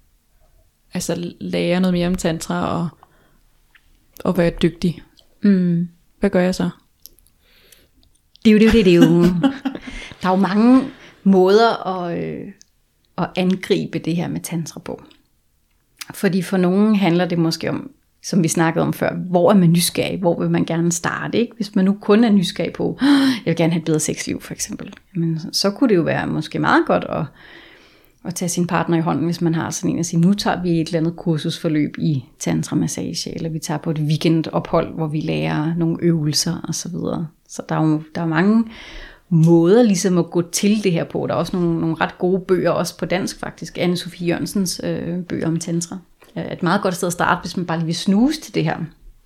lære noget mere om tantra og være dygtig, hvad gør jeg så? Det er jo der er jo mange måder at angribe det her med tantra på. Fordi for nogen handler det måske om, som vi snakkede om før, hvor er man nysgerrig, hvor vil man gerne starte, ikke? Hvis man nu kun er nysgerrig på, jeg vil gerne have et bedre sexliv for eksempel, jamen, så kunne det jo være måske meget godt at tage sin partner i hånden, hvis man har sådan en at sige, nu tager vi et eller andet kursusforløb i tantra-massage, eller vi tager på et weekendophold, hvor vi lærer nogle øvelser og så videre. Så der er mange måder ligesom at gå til det her på. Der er også nogle ret gode bøger, også på dansk faktisk, Anne-Sophie Jørgensens bøger om tantra. Et meget godt sted at starte, hvis man bare lige vil snuse til det her.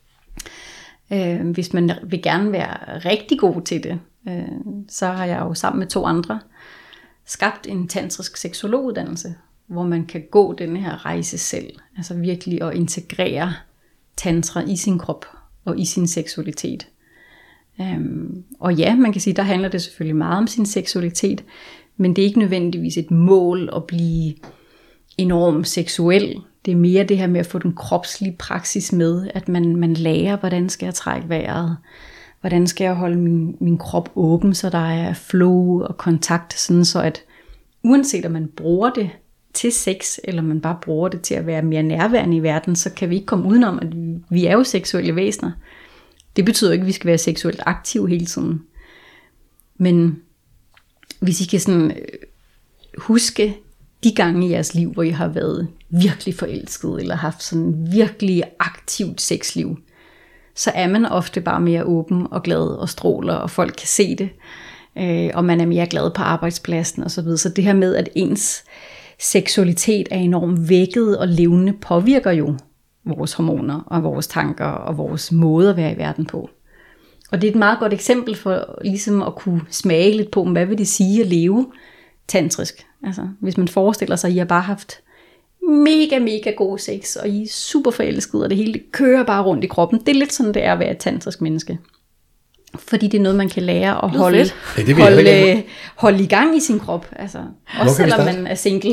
Hvis man vil gerne være rigtig god til det, så har jeg jo sammen med 2 andre skabt en tantrisk seksologuddannelse, hvor man kan gå den her rejse selv. Altså virkelig at integrere tantra i sin krop og i sin seksualitet. Og ja, man kan sige, der handler det selvfølgelig meget om sin seksualitet, men det er ikke nødvendigvis et mål at blive enormt seksuel. Det er mere det her med at få den kropslige praksis med, at man lærer, hvordan skal jeg trække vejret, hvordan skal jeg holde min krop åben, så der er flow og kontakt, sådan så at uanset om man bruger det til sex, eller man bare bruger det til at være mere nærværende i verden, så kan vi ikke komme udenom, at vi er jo seksuelle væsener. Det betyder ikke, at vi skal være seksuelt aktive hele tiden. Men hvis I kan sådan huske de gange i jeres liv, hvor I har været virkelig forelsket, eller haft sådan virkelig aktivt sexliv, så er man ofte bare mere åben og glad og stråler, og folk kan se det, og man er mere glad på arbejdspladsen og så videre. Så det her med, at ens seksualitet er enormt vækket og levende, påvirker jo vores hormoner og vores tanker og vores måde at være i verden på. Og det er et meget godt eksempel for ligesom at kunne smage lidt på, hvad vil det sige at leve tantrisk. Altså, hvis man forestiller sig, at I har bare haft mega god sex, og I er super forelskede, og det hele kører bare rundt i kroppen. Det er lidt sådan, det er at være et tantrisk menneske. Fordi det er noget, man kan lære at holde i gang i sin krop. Altså, også selvom man er single.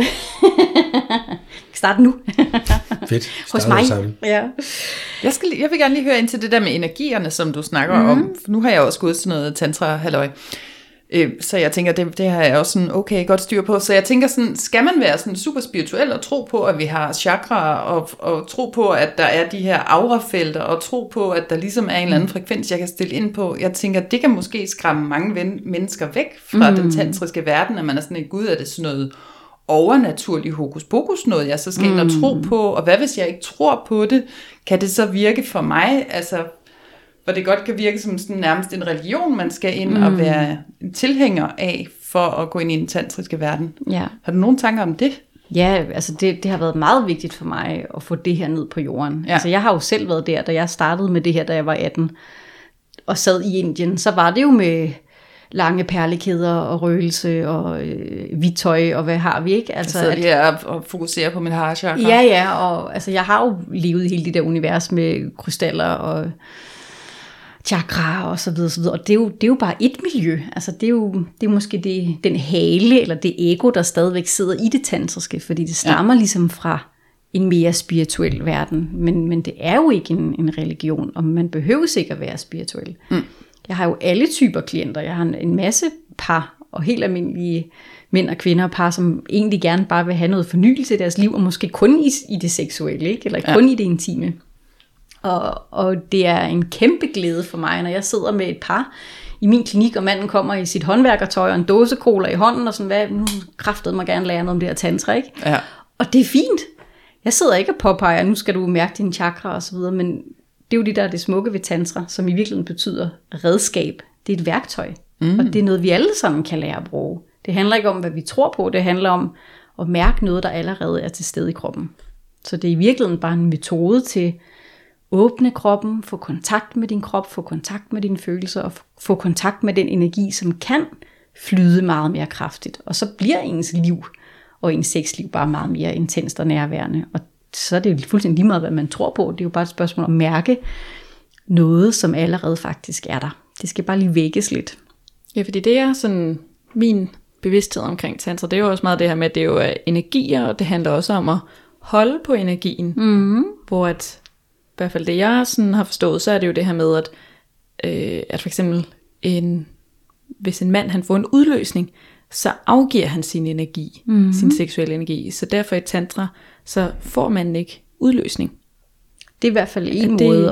Start nu. Fedt. Hos mig. Ja. Jeg vil gerne lige høre ind til det der med energierne, som du snakker om. For nu har jeg også gået til noget tantra-halløj. Så jeg tænker, det har jeg også sådan okay godt styr på. Så jeg tænker sådan, skal man være sådan super spirituel og tro på, at vi har chakra, og tro på, at der er de her aurafelter, og tro på, at der ligesom er en eller anden frekvens, jeg kan stille ind på. Jeg tænker, det kan måske skræmme mange mennesker væk fra den tantriske verden, at man er sådan et gud, er det sådan noget overnaturlig hokus pokus noget, jeg så skal ind og tro på, og hvad hvis jeg ikke tror på det, kan det så virke for mig, altså hvor det godt kan virke som sådan nærmest en religion, man skal ind og være en tilhænger af, for at gå ind i den tantriske verden. Ja. Har du nogle tanker om det? Ja, altså det har været meget vigtigt for mig, at få det her ned på jorden. Ja. Altså jeg har jo selv været der, da jeg startede med det her, da jeg var 18, og sad i Indien, så var det jo med lange perlekæder og røgelse og hvidt tøj, og hvad har vi ikke? Altså, jeg sidder her og fokuserer på min harchakra. Ja, og altså, jeg har jo levet i hele det der univers med krystaller og chakra og så videre, så videre. Og det er jo bare et miljø. Altså, det er måske den hale, eller det ego, der stadigvæk sidder i det tantriske, fordi det stammer ligesom fra en mere spirituel verden. Men det er jo ikke en religion, og man behøver sikkert være spirituel. Jeg har jo alle typer klienter. Jeg har en masse par, og helt almindelige mænd og kvinder og par, som egentlig gerne bare vil have noget fornyelse i deres liv, og måske kun i det seksuelle, ikke? Eller kun i det intime. Og det er en kæmpe glæde for mig, når jeg sidder med et par i min klinik, og manden kommer i sit håndværkertøj og en dåse cola i hånden, og sådan, nu kræftede mig gerne lære noget om det her tantra, ikke? Ja. Og det er fint. Jeg sidder ikke og påpeger, nu skal du mærke dine chakra og så videre, men det er jo det smukke ved tantra, som i virkeligheden betyder redskab. Det er et værktøj, og det er noget, vi alle sammen kan lære at bruge. Det handler ikke om, hvad vi tror på, det handler om at mærke noget, der allerede er til stede i kroppen. Så det er i virkeligheden bare en metode til åbne kroppen, få kontakt med din krop, få kontakt med dine følelser, og få kontakt med den energi, som kan flyde meget mere kraftigt. Og så bliver ens liv og ens sexliv bare meget mere intenst og nærværende. Og så er det jo fuldstændig lige meget, hvad man tror på. Det er jo bare et spørgsmål om at mærke noget, som allerede faktisk er der. Det skal bare lige vækkes lidt. Ja, fordi det er sådan min bevidsthed omkring tantra. Det er jo også meget det her med, at det jo er energier, og det handler også om at holde på energien. Hvor at i hvert fald det, jeg sådan har forstået, så er det jo det her med, at for eksempel hvis en mand han får en udløsning, så afgiver han sin energi, sin seksuelle energi. Så derfor i tantra, så får man ikke udløsning. Det er i hvert fald en måde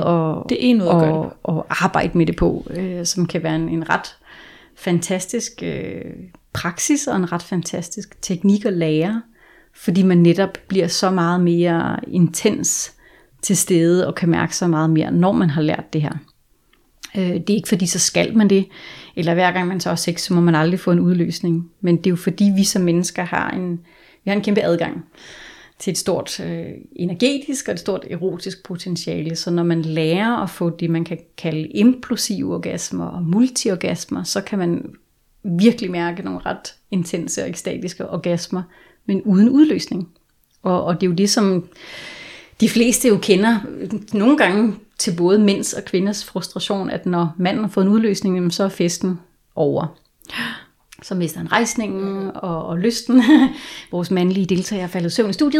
at arbejde med det på, som kan være en ret fantastisk praksis og en ret fantastisk teknik at lære, fordi man netop bliver så meget mere intens til stede og kan mærke så meget mere, når man har lært det her. Det er ikke fordi, så skal man det, eller hver gang man så har sex, så må man aldrig få en udløsning. Men det er jo fordi, vi som mennesker har en kæmpe adgang til et stort energetisk og et stort erotisk potentiale. Så når man lærer at få det, man kan kalde implosive orgasmer og multiorgasmer, så kan man virkelig mærke nogle ret intense og ekstatiske orgasmer, men uden udløsning. Og det er jo det, som de fleste jo kender nogle gange til både mænds og kvinders frustration, at når manden har fået en udløsning, så er festen over. Så mister han rejsningen og lysten. Vores mandlige deltagere falder i søvn i studiet.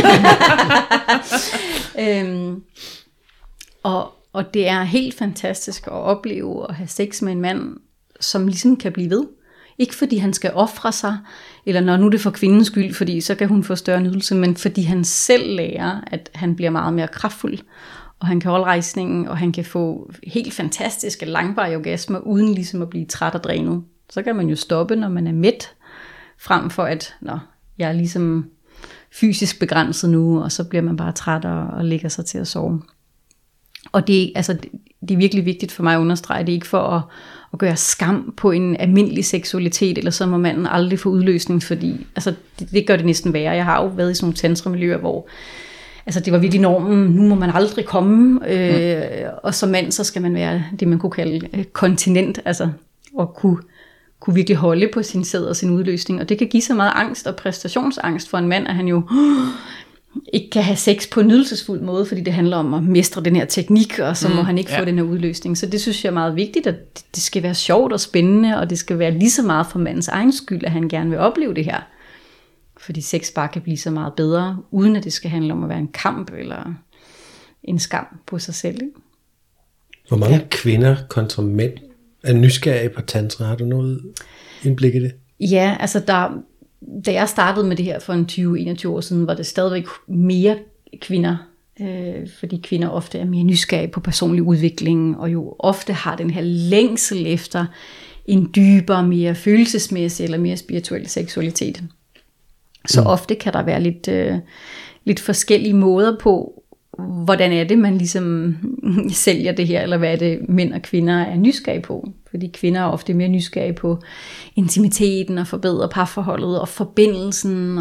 Og det er helt fantastisk at opleve at have sex med en mand, som ligesom kan blive ved. Ikke fordi han skal ofre sig, eller når nu er det for kvindens skyld, fordi så kan hun få større nydelse, men fordi han selv lærer, at han bliver meget mere kraftfuld, og han kan holde rejsningen, og han kan få helt fantastiske langvarige orgasmer, uden ligesom at blive træt og drænet. Så kan man jo stoppe, når man er mæt, frem for at jeg er ligesom fysisk begrænset nu, og så bliver man bare træt og lægger sig til at sove. Og det er virkelig vigtigt for mig at understrege, det er ikke for at gøre skam på en almindelig seksualitet, eller så må manden aldrig få udløsning, fordi det gør det næsten værre. Jeg har jo været i sådan nogle tantramiljøer, hvor det var virkelig normen, nu må man aldrig komme, og som mand, så skal man være det, man kunne kalde kontinent, og kunne virkelig holde på sin sæd og sin udløsning, og det kan give så meget angst og præstationsangst for en mand, at han jo ikke kan have sex på en nydelsesfuld måde, fordi det handler om at mestre den her teknik, og så må han ikke få den her udløsning. Så det synes jeg er meget vigtigt, at det skal være sjovt og spændende, og det skal være lige så meget for mandens egen skyld, at han gerne vil opleve det her. Fordi sex bare kan blive så meget bedre, uden at det skal handle om at være en kamp eller en skam på sig selv. Ikke? Hvor mange kvinder kontra mænd er nysgerrige på tantra? Har du noget indblik i det? Ja, altså da jeg startede med det her for en 20-21 år siden, var det stadigvæk mere kvinder, fordi kvinder ofte er mere nysgerrige på personlig udvikling, og jo ofte har den her længsel efter en dybere, mere følelsesmæssig eller mere spirituel seksualitet. Så ofte kan der være lidt forskellige måder på, hvordan er det, man ligesom sælger det her, eller hvad er det, mænd og kvinder er nysgerrige på. Fordi kvinder er ofte mere nysgerrige på intimiteten og forbedre parforholdet og forbindelsen,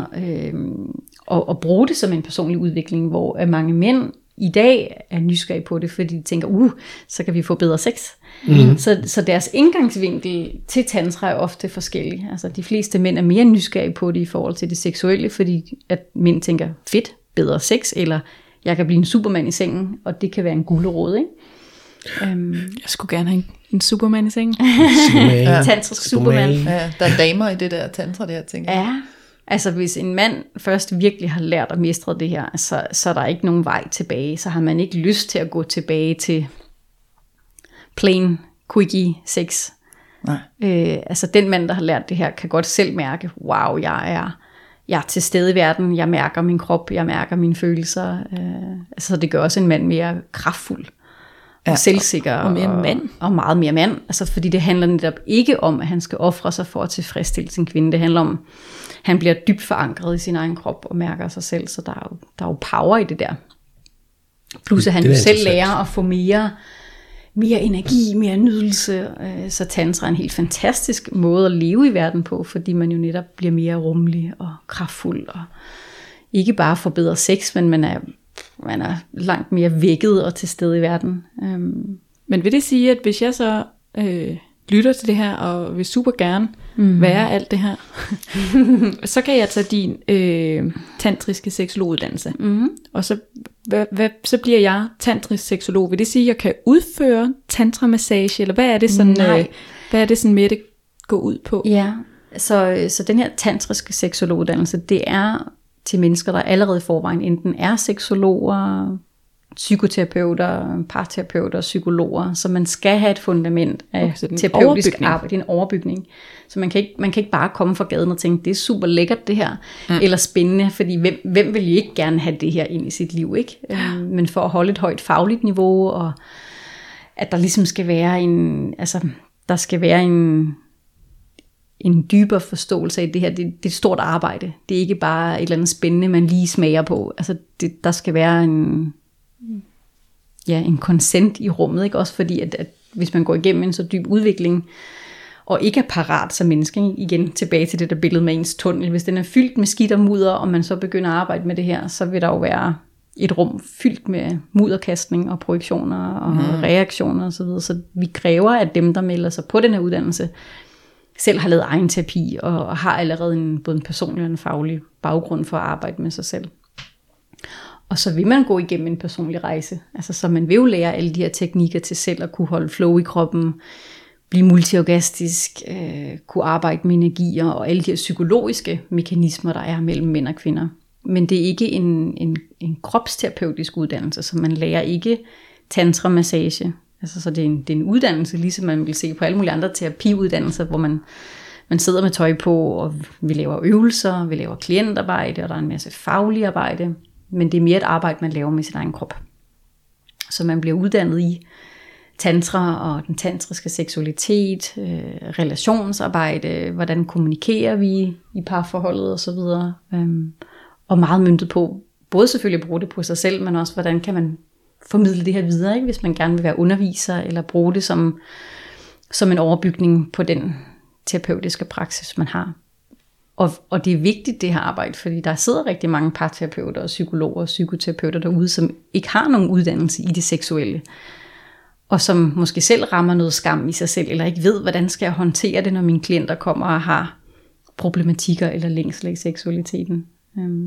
og bruge det som en personlig udvikling, hvor mange mænd i dag er nysgerrige på det, fordi de tænker, så kan vi få bedre sex. Så deres indgangsvinkel til tantra er ofte forskellig. Altså de fleste mænd er mere nysgerrige på det i forhold til det seksuelle, fordi at mænd tænker, fedt, bedre sex, eller jeg kan blive en supermand i sengen, og det kan være en gulerod, ikke? Jeg skulle gerne have en supermand i sengen. Tantrisk supermand. Ja, der er damer i det der tantra der, tænker jeg. Ja, altså hvis en mand først virkelig har lært at mestre det her, så er der ikke nogen vej tilbage. Så har man ikke lyst til at gå tilbage til plain, quickie sex. Nej. Altså den mand, der har lært det her, kan godt selv mærke, wow, jeg er til stede i verden, jeg mærker min krop, jeg mærker mine følelser. Altså det gør også en mand mere kraftfuld. Og selvsikker og mere mand. Og meget mere mand. Altså fordi det handler netop ikke om, at han skal ofre sig for at tilfredsstille sin kvinde. Det handler om, at han bliver dybt forankret i sin egen krop og mærker sig selv. Så der er jo power i det der. Plus at han jo selv lærer at få mere energi, mere nydelse. Så tantra er en helt fantastisk måde at leve i verden på, fordi man jo netop bliver mere rummelig og kraftfuld. Og ikke bare får bedre sex, men man er langt mere vækket og til stede i verden. Men vil det sige, at hvis jeg så lytter til det her, og vil super gerne være alt det her, så kan jeg tage din tantriske seksologuddannelse. Og så, så bliver jeg tantrisk seksolog. Vil det sige, at jeg kan udføre tantramassage, eller hvad er det sådan, hvad er det sådan med det går ud på? Ja, så den her tantriske seksologuddannelse, det er til mennesker, der allerede i forvejen enten er seksologer, psykoterapeuter, parterapeuter, psykologer, så man skal have et fundament af terapeutisk arbejde, en overbygning. Så man kan ikke bare komme fra gaden og tænke, det er super lækkert det her, eller spændende, fordi hvem vil jo ikke gerne have det her ind i sit liv, ikke? Men for at holde et højt fagligt niveau, og at der ligesom skal være en dybere forståelse af det her, det er et stort arbejde. Det er ikke bare et eller andet spændende, man lige smager på. Altså der skal være en consent i rummet, ikke? Også fordi, at hvis man går igennem en så dyb udvikling, og ikke er parat som menneske, igen tilbage til det der billede med ens tunnel, hvis den er fyldt med skidt og mudder, og man så begynder at arbejde med det her, så vil der jo være et rum fyldt med mudderkastning og projektioner og reaktioner osv. Så vi kræver, at dem, der melder sig på den her uddannelse, selv har lavet egen terapi, og har allerede både en personlig og en faglig baggrund for at arbejde med sig selv. Og så vil man gå igennem en personlig rejse. Altså så man vil jo lære alle de her teknikker til selv at kunne holde flow i kroppen, blive multiorgastisk, kunne arbejde med energier og alle de her psykologiske mekanismer, der er mellem mænd og kvinder. Men det er ikke en kropsterapeutisk uddannelse, så man lærer ikke tantramassage. Altså, så det er en uddannelse, ligesom man vil se på alle mulige andre terapiuddannelser, hvor man sidder med tøj på, og vi laver øvelser, vi laver klientarbejde, og der er en masse faglig arbejde. Men det er mere et arbejde, man laver med sin egen krop. Så man bliver uddannet i tantra og den tantriske seksualitet, relationsarbejde, hvordan kommunikerer vi i parforholdet osv. Og meget møntet på, både selvfølgelig at bruge det på sig selv, men også hvordan kan man formidle det her videre, ikke? Hvis man gerne vil være underviser, eller bruge det som en overbygning på den terapeutiske praksis, man har. Og det er vigtigt, det her arbejde, fordi der sidder rigtig mange parterapeuter og psykologer og psykoterapeuter derude, som ikke har nogen uddannelse i det seksuelle, og som måske selv rammer noget skam i sig selv, eller ikke ved, hvordan skal jeg håndtere det, når mine klienter kommer og har problematikker eller længsel i seksualiteten.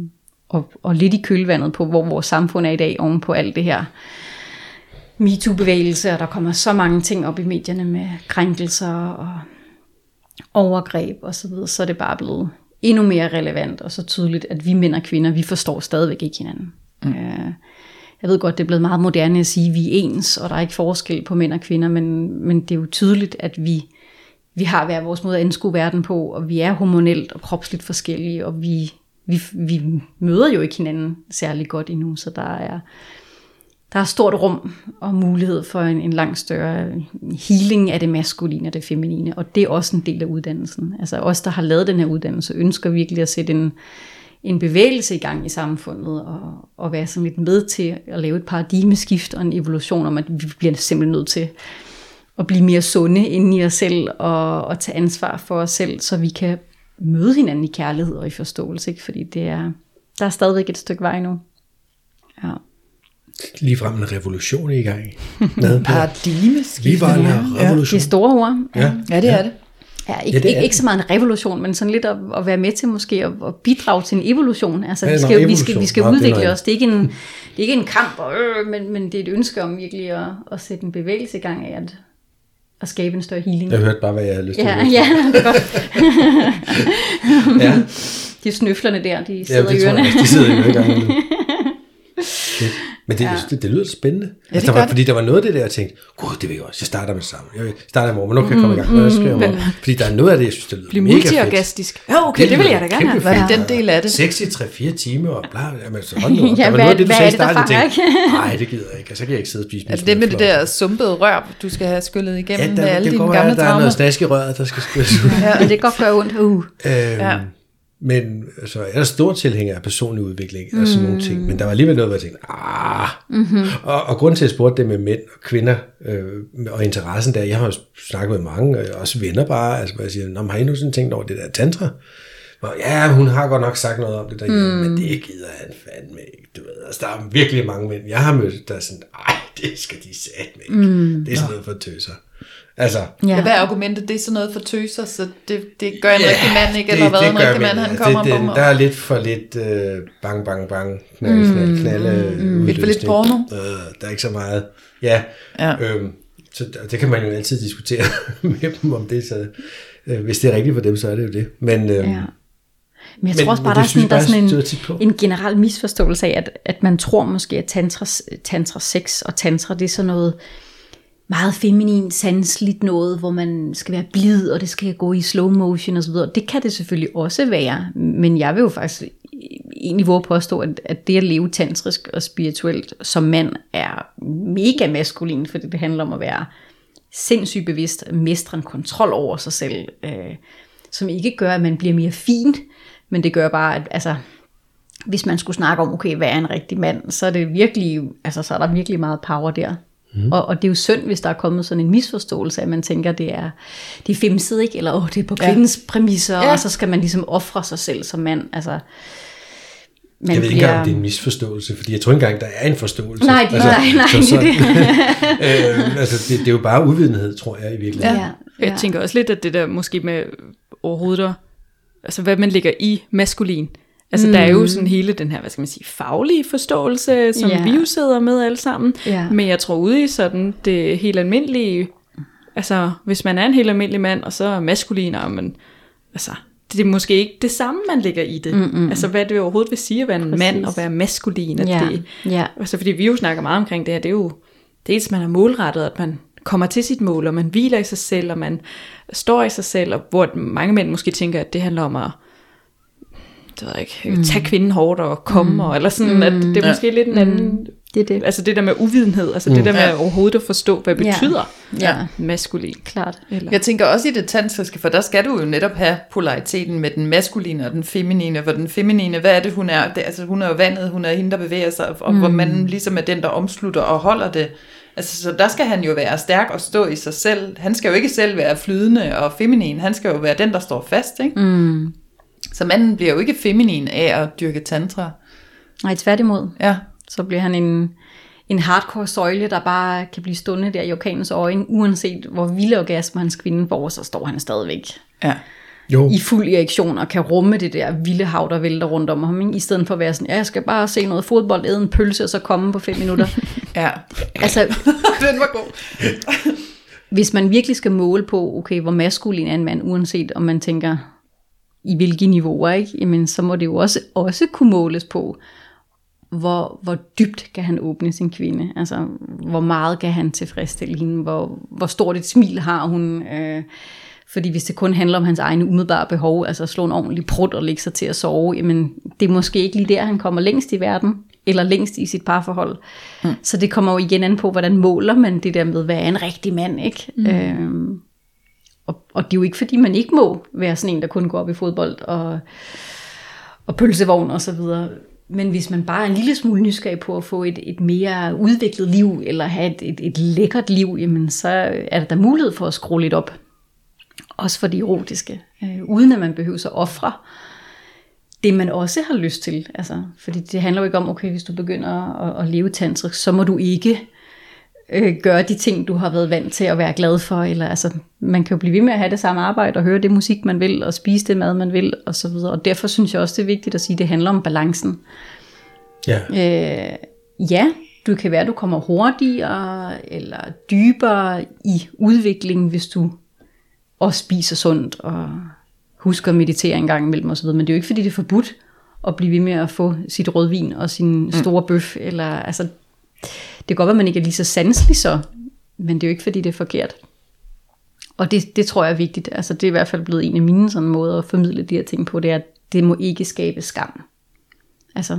og lidt i kølvandet på, hvor vores samfund er i dag, oven på alt det her MeToo-bevægelse, og der kommer så mange ting op i medierne med krænkelser og overgreb og så videre, så er det bare blevet endnu mere relevant og så tydeligt, at vi mænd og kvinder, vi forstår stadigvæk ikke hinanden. Jeg ved godt, det er blevet meget moderne at sige, at vi er ens, og der er ikke forskel på mænd og kvinder, men det er jo tydeligt, at vi har hver vores måde at anskue verden på, og vi er hormonelt og kropsligt forskellige, og vi møder jo ikke hinanden særlig godt endnu, så der er stort rum og mulighed for en langt større healing af det maskuline og det feminine, og det er også en del af uddannelsen. Altså os, der har lavet den her uddannelse, ønsker virkelig at sætte en bevægelse i gang i samfundet, og være sådan lidt med til at lave et paradigmeskift og en evolution om, at vi bliver simpelthen nødt til at blive mere sunde inde i os selv, og tage ansvar for os selv, så vi kan møde hinanden i kærlighed og i forståelse, ikke? Fordi der er stadigvæk et stykke vej nu. Ja. Ligefrem en revolution i gang. Paradigmeskift. Vi var en revolution. Det er store ord. Ja, ja det er det. Ja, ikke så meget en revolution, men sådan lidt at være med til måske at bidrage til en evolution. Altså vi skal udvikle os. Det er ikke en kamp, men det er et ønske om virkelig at sætte en bevægelse i gang af at skabe en større healing. Jeg hørte bare, hvad jeg havde lyst til. Ja, det er godt. Ja. De snøflerne der, de sidder i ørerne. De sidder i ørerne. Men det lyder spændende. Ja, altså, fordi der var noget af det der, jeg tænkte, gud, det vil jeg også. Jeg starter med det samme. Jeg starter i morgen, men nu kan jeg komme i gang. Når jeg skriver fordi der er noget af det, jeg synes, det lyder mega fedt. Blive multiorgastisk. Ja, okay, det vil jeg da gerne have. Hvad er den del af det? 6 i 3-4 timer og bla. Jamen, så hold nu. Der var noget af det, du sagde i starten, jeg tænkte, nej, det gider jeg ikke. Så kan jeg ikke sidde og spise. Er det med det der sumpede rør, du skal have skyllet igennem med alle dine gamle traumer? Der er noget snask i røret, der skal skylles ud. Ja, det kan godt gøre ondt. Men altså, jeg er stor tilhænger af personlig udvikling og sådan nogle ting, men der var alligevel noget, hvor jeg tænkte, og grunden til, at jeg spurgte det med mænd og kvinder og interessen der, jeg har jo snakket med mange, også venner bare, altså hvor jeg siger, har I nu sådan tænkt over det der tantra? Og, ja, hun har godt nok sagt noget om det derhjemme, men det gider han fandme ikke, du ved, altså der er virkelig mange mænd, jeg har mødt, der er sådan, det skal de satme ikke, det er sådan noget for tøser. Altså, hvad er argumentet? Det er sådan noget for tøser, så det gør en rigtig mand ikke, eller hvad en rigtig mand, han kommer på mig. Der er lidt for lidt bang, bang, bang, knalde lidt for lidt porno. Der er ikke så meget. Ja. Så det kan man jo altid diskutere med dem om det, så hvis det er rigtigt for dem, så er det jo det. Men jeg tror også bare, der er sådan en generel misforståelse af, at man tror måske, at tantra sex og tantra, det er sådan noget meget feminin, sanseligt noget, hvor man skal være blid, og det skal gå i slow motion og så videre. Det kan det selvfølgelig også være, men jeg vil jo faktisk egentlig våge påstå, at det at leve tantrisk og spirituelt som mand er mega maskulin, fordi det handler om at være sindssygt bevidst, mestre en kontrol over sig selv, som ikke gør, at man bliver mere fin, men det gør bare, at altså, hvis man skulle snakke om, okay, hvad er en rigtig mand, så er det virkelig, altså, så er der virkelig meget power der. Og det er jo synd, hvis der er kommet sådan en misforståelse, at man tænker, det er femset, ikke? Eller det er på kvindens præmisser, og så skal man ligesom ofre sig selv som mand. Altså, jeg ved ikke engang, om det er en misforståelse, fordi jeg tror ikke engang, der er en forståelse. Nej, det er jo bare uvidenhed, tror jeg i virkeligheden. Ja. Jeg tænker også lidt, at det der måske med overhovedet, altså hvad man lægger i maskulin. Altså der er jo sådan hele den her, hvad skal man sige, faglige forståelse, som vi jo sidder med alle sammen. Men jeg tror ude i sådan det helt almindelige, altså hvis man er en helt almindelig mand, og så er maskulin, men altså det er måske ikke det samme, man lægger i det. Altså hvad det overhovedet vil sige at være en mand og være maskulin. Altså fordi vi jo snakker meget omkring det her, det er jo dels man er målrettet, at man kommer til sit mål, og man hviler i sig selv, og man står i sig selv, og hvor mange mænd måske tænker, at det handler om at det ved jeg ikke, tage kvinden hårdt og komme, eller sådan, at det er måske lidt en anden, det. Altså det der med uvidenhed, altså det der med overhovedet at forstå, hvad betyder maskulin. Klart. Eller. Jeg tænker også i det tantriske, for der skal du jo netop have polariteten med den maskuline og den feminine, hvor den feminine, hvad er det hun er? Altså hun er jo vandet, hun er hende, der bevæger sig, og hvor man ligesom er den, der omslutter og holder det. Altså så der skal han jo være stærk og stå i sig selv. Han skal jo ikke selv være flydende og feminin, han skal jo være den, der står fast, ikke? Så manden bliver jo ikke feminin af at dyrke tantra. Nej, tværtimod. Ja. Så bliver han en hardcore søjle, der bare kan blive stående der i orkanens øjne, uanset hvor vilde orgasmer hans kvinde får, så står han stadigvæk i fuld erektion, og kan rumme det der vilde hav, der vælter rundt om ham, ikke? I stedet for at være sådan, jeg skal bare se noget fodbold, æde en pølse, og så komme på 5 minutter. Ja, altså, den var god. Hvis man virkelig skal måle på, okay, hvor maskulin er en mand, uanset om man tænker i hvilke niveauer, ikke? Jamen, så må det jo også kunne måles på, hvor dybt kan han åbne sin kvinde, altså hvor meget kan han tilfredsstille hende, hvor stort et smil har hun, fordi hvis det kun handler om hans egne umiddelbare behov, altså slå en ordentlig prut og lægge sig til at sove, jamen det er måske ikke lige der, han kommer længst i verden, eller længst i sit parforhold. Så det kommer jo igen an på, hvordan måler man det der med, hvad er en rigtig mand, ikke? Og det er jo ikke, fordi man ikke må være sådan en, der kun går op i fodbold og pølsevogn og så videre. Men hvis man bare er en lille smule nysgerrig på at få et mere udviklet liv, eller have et lækkert liv, jamen så er der mulighed for at skrue lidt op. Også for det erotiske. Uden at man behøver at ofre det, man også har lyst til. Altså, fordi det handler jo ikke om, okay, hvis du begynder at leve tantrisk, så må du ikke gøre de ting, du har været vant til at være glad for. Eller, altså, man kan jo blive ved med at have det samme arbejde, og høre det musik, man vil, og spise det mad, man vil, og så videre. Og derfor synes jeg også, det er vigtigt at sige, at det handler om balancen. Ja, du kan være, at du kommer hurtigere, eller dybere i udviklingen, hvis du også spiser sundt, og husker at meditere en gang imellem, og så videre. Men det er jo ikke, fordi det er forbudt at blive ved med at få sit rødvin, og sin store bøf, eller altså... Det kan godt være, at man ikke er lige så sanselig så, men det er jo ikke, fordi det er forkert. Og det tror jeg er vigtigt. Altså, det er i hvert fald blevet en af mine sådan måder at formidle de her ting på, det er, at det må ikke skabe skam. Altså,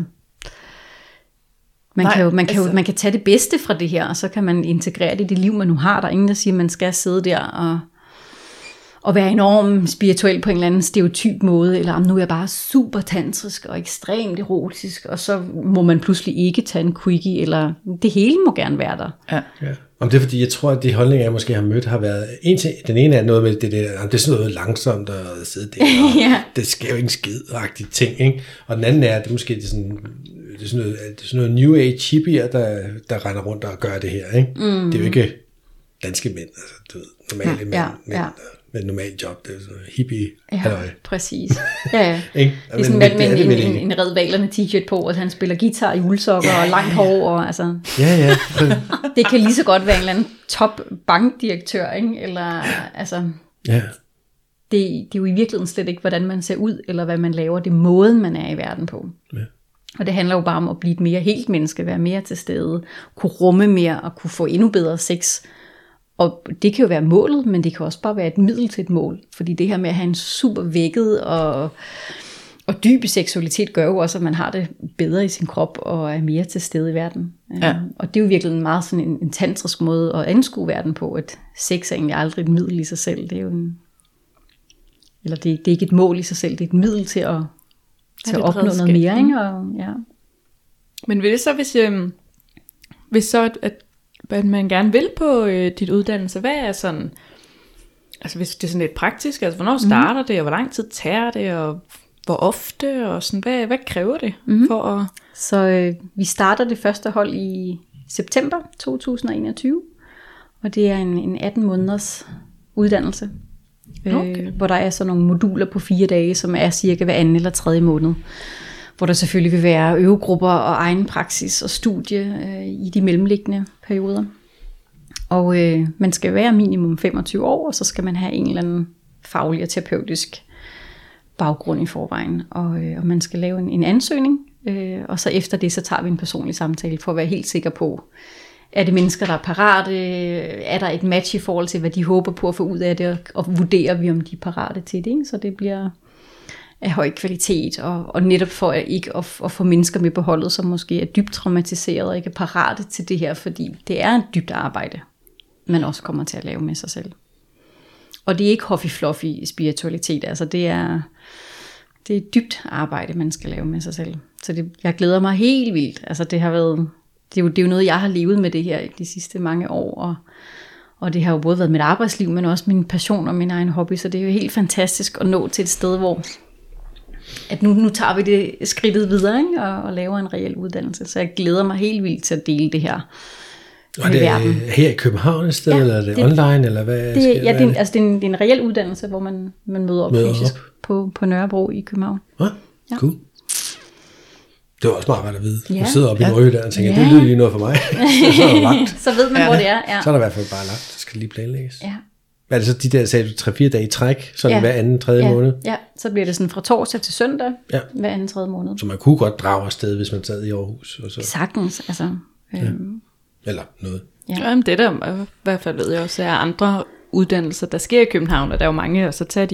man kan tage det bedste fra det her, og så kan man integrere det i det liv, man nu har. Der er ingen, der siger, at man skal sidde der og være enormt spirituel på en eller anden stereotyp måde, eller om nu er jeg bare super tantrisk og ekstremt erotisk, og så må man pludselig ikke tage en quickie, eller det hele må gerne være der. Ja. Om det er fordi, jeg tror, at de holdninger, jeg måske har mødt, har været, den ene er noget med det der, det er sådan noget langsomt at sidde der, og det sker jo ikke en skidagtigt ting, ikke? Og den anden er, det er måske det er sådan noget New Age hippier, der render rundt og gør det her, ikke? Det er jo ikke danske mænd, altså du ved, normale mænd, med et normalt job, det er sådan hippie halløj. Præcis. Ja. Det er sådan med en Red Valerne t-shirt på, og han spiller guitar i uldsokker og langt hår, og altså... Ja. Det kan lige så godt være en eller anden top bankdirektør, ikke? Eller altså... Ja. Det er jo i virkeligheden slet ikke, hvordan man ser ud, eller hvad man laver, det er måden, man er i verden på. Ja. Og det handler jo bare om at blive et mere helt menneske, være mere til stede, kunne rumme mere, og kunne få endnu bedre sex. Og det kan jo være målet, men det kan også bare være et middel til et mål. Fordi det her med at have en super vækket og dyb seksualitet gør jo også, at man har det bedre i sin krop og er mere til stede i verden. Ja. Og det er jo virkelig en meget sådan en tantrisk måde at anskue verden på, at sex er egentlig aldrig et middel i sig selv. Det er jo det er ikke et mål i sig selv, det er et middel til at opnå noget mere. Ikke? Og, ja. Men vil det så, hvis så at man gerne vil på dit uddannelse, hvad er sådan, altså hvis det er sådan lidt praktisk, altså hvornår starter det, og hvor lang tid tager det, og hvor ofte, og sådan, hvad kræver det for at... Så vi starter det første hold i september 2021, og det er en 18 måneders uddannelse, hvor der er så nogle moduler på 4 dage, som er cirka hver anden eller tredje måned, hvor der selvfølgelig vil være øvegrupper og egen praksis og studie i de mellemliggende perioder. Og man skal være minimum 25 år, og så skal man have en eller anden faglig og terapeutisk baggrund i forvejen. Og man skal lave en ansøgning, og så efter det, så tager vi en personlig samtale for at være helt sikker på, er det mennesker, der er parate, er der et match i forhold til, hvad de håber på at få ud af det, og vurderer vi, om de er parate til det, ikke? Så det bliver af høj kvalitet, og netop for ikke at få mennesker med på holdet, som måske er dybt traumatiseret og ikke er parate til det her, fordi det er et dybt arbejde, man også kommer til at lave med sig selv. Og det er ikke huffy-fluffy spiritualitet, altså det er et dybt arbejde, man skal lave med sig selv. Så jeg glæder mig helt vildt. Altså det er jo noget, jeg har levet med det her de sidste mange år, og det har jo både været mit arbejdsliv, men også min passion og min egen hobby, så det er jo helt fantastisk at nå til et sted, hvor at nu tager vi det skridtet videre, ikke? Og laver en reel uddannelse. Så jeg glæder mig helt vildt til at dele det her Og det er her i København et sted, eller er det online, eller hvad? Det er en reel uddannelse, hvor man møder op fysisk på Nørrebro i København. Ja, cool. Det var også meget at vide. Du sidder oppe i Nordjylland og tænker, det lyder lige noget for mig. Så er der langt. Så ved man, hvor det er. Ja. Så er der i hvert fald bare langt. Så skal det lige planlægges. Ja. Hvad er det så de der, sagde du, 3-4 dage i træk, sådan hver anden, tredje måned? Ja, så bliver det sådan fra torsdag til søndag, hver anden, tredje måned. Så man kunne godt drage afsted, hvis man sad i Aarhus. Og så. Sagtens, altså. Eller noget. Ja. Jamen, det der i hvert fald ved jeg også, er andre uddannelser, der sker i København, og der er jo mange, og så tager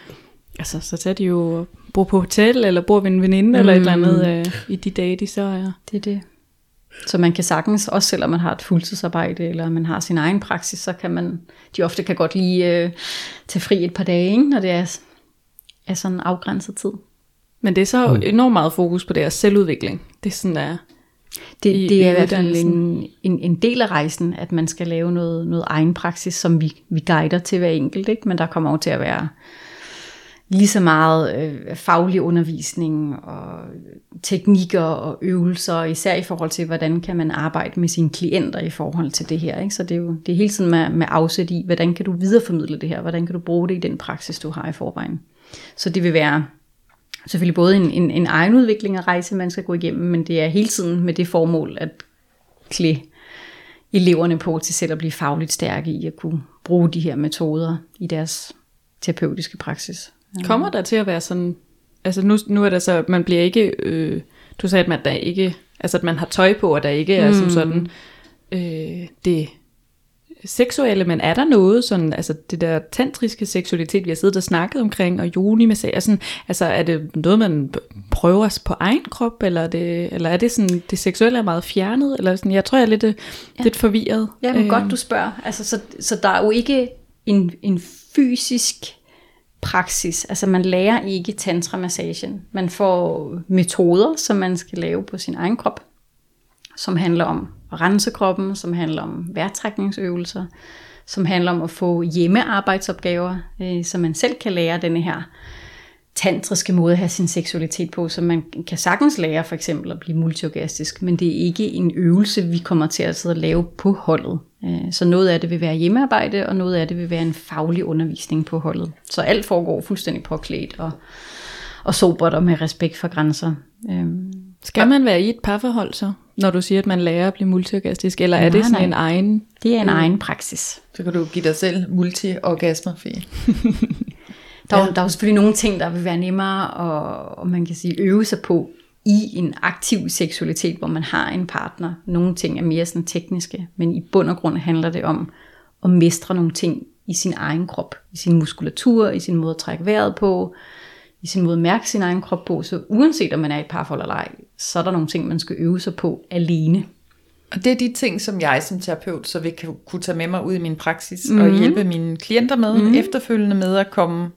de jo bor på hotel, eller bor ved en veninde, eller et eller andet i de dage, de så er. Det er det. Så man kan sagtens, også selvom man har et fuldtidsarbejde, eller man har sin egen praksis, så kan de ofte kan godt lige tage fri et par dage, ikke, når det er sådan afgrænset tid. Men det er så enormt meget fokus på deres selvudvikling. Det er sådan, der det er i hvert fald en del af rejsen, at man skal lave noget egen praksis, som vi guider til hver enkelt, ikke? Men der kommer over til at være lige så meget faglig undervisning og teknikker og øvelser, især i forhold til, hvordan kan man arbejde med sine klienter i forhold til det her. Ikke? Så det er hele tiden med afsæt i, hvordan kan du videreformidle det her, hvordan kan du bruge det i den praksis, du har i forvejen. Så det vil være selvfølgelig både en egen udvikling af rejse, man skal gå igennem, men det er hele tiden med det formål at klæde eleverne på til selv at blive fagligt stærke i at kunne bruge de her metoder i deres terapeutiske praksis. Kommer der til at være sådan, altså nu er der så, man bliver ikke, du sagde, at man der ikke, altså at man har tøj på, og der ikke er som sådan det seksuelle, men er der noget sådan, altså det der tantriske seksualitet, vi har siddet og snakket omkring, og yoni-massage, sådan, altså er det noget, man prøver på egen krop, eller er det sådan, det seksuelle er meget fjernet, eller sådan, jeg tror, jeg er lidt forvirret. Ja, men godt du spørger, altså så der er jo ikke en fysisk praksis, altså man lærer ikke tantra-massagen, man får metoder, som man skal lave på sin egen krop, som handler om at rense kroppen, som handler om vejrtrækningsøvelser, som handler om at få hjemmearbejdsopgaver, så man selv kan lære denne her tantriske måde at have sin seksualitet på, så man kan sagtens lære for eksempel at blive multiorgastisk, men det er ikke en øvelse, vi kommer til at sidde og lave på holdet. Så noget af det vil være hjemmearbejde, og noget af det vil være en faglig undervisning på holdet. Så alt foregår fuldstændig påklædt og sobert og med respekt for grænser. Skal man være i et parforhold så, når du siger, at man lærer at blive multiorgastisk, eller er det sådan en egen? Det er en egen praksis. Så kan du give dig selv multiorgasmer, Fie. Der er jo selvfølgelig nogle ting, der vil være nemmere, og man kan sige øve sig på i en aktiv seksualitet, hvor man har en partner. Nogle ting er mere sådan tekniske, men i bund og grund handler det om at mestre nogle ting i sin egen krop, i sin muskulatur, i sin måde at trække vejret på, i sin måde at mærke sin egen krop på. Så uanset om man er i et parforhold eller ej, så er der nogle ting, man skal øve sig på alene. Og det er de ting, som jeg som terapeut så vil kunne tage med mig ud i min praksis og hjælpe mine klienter med, efterfølgende med at komme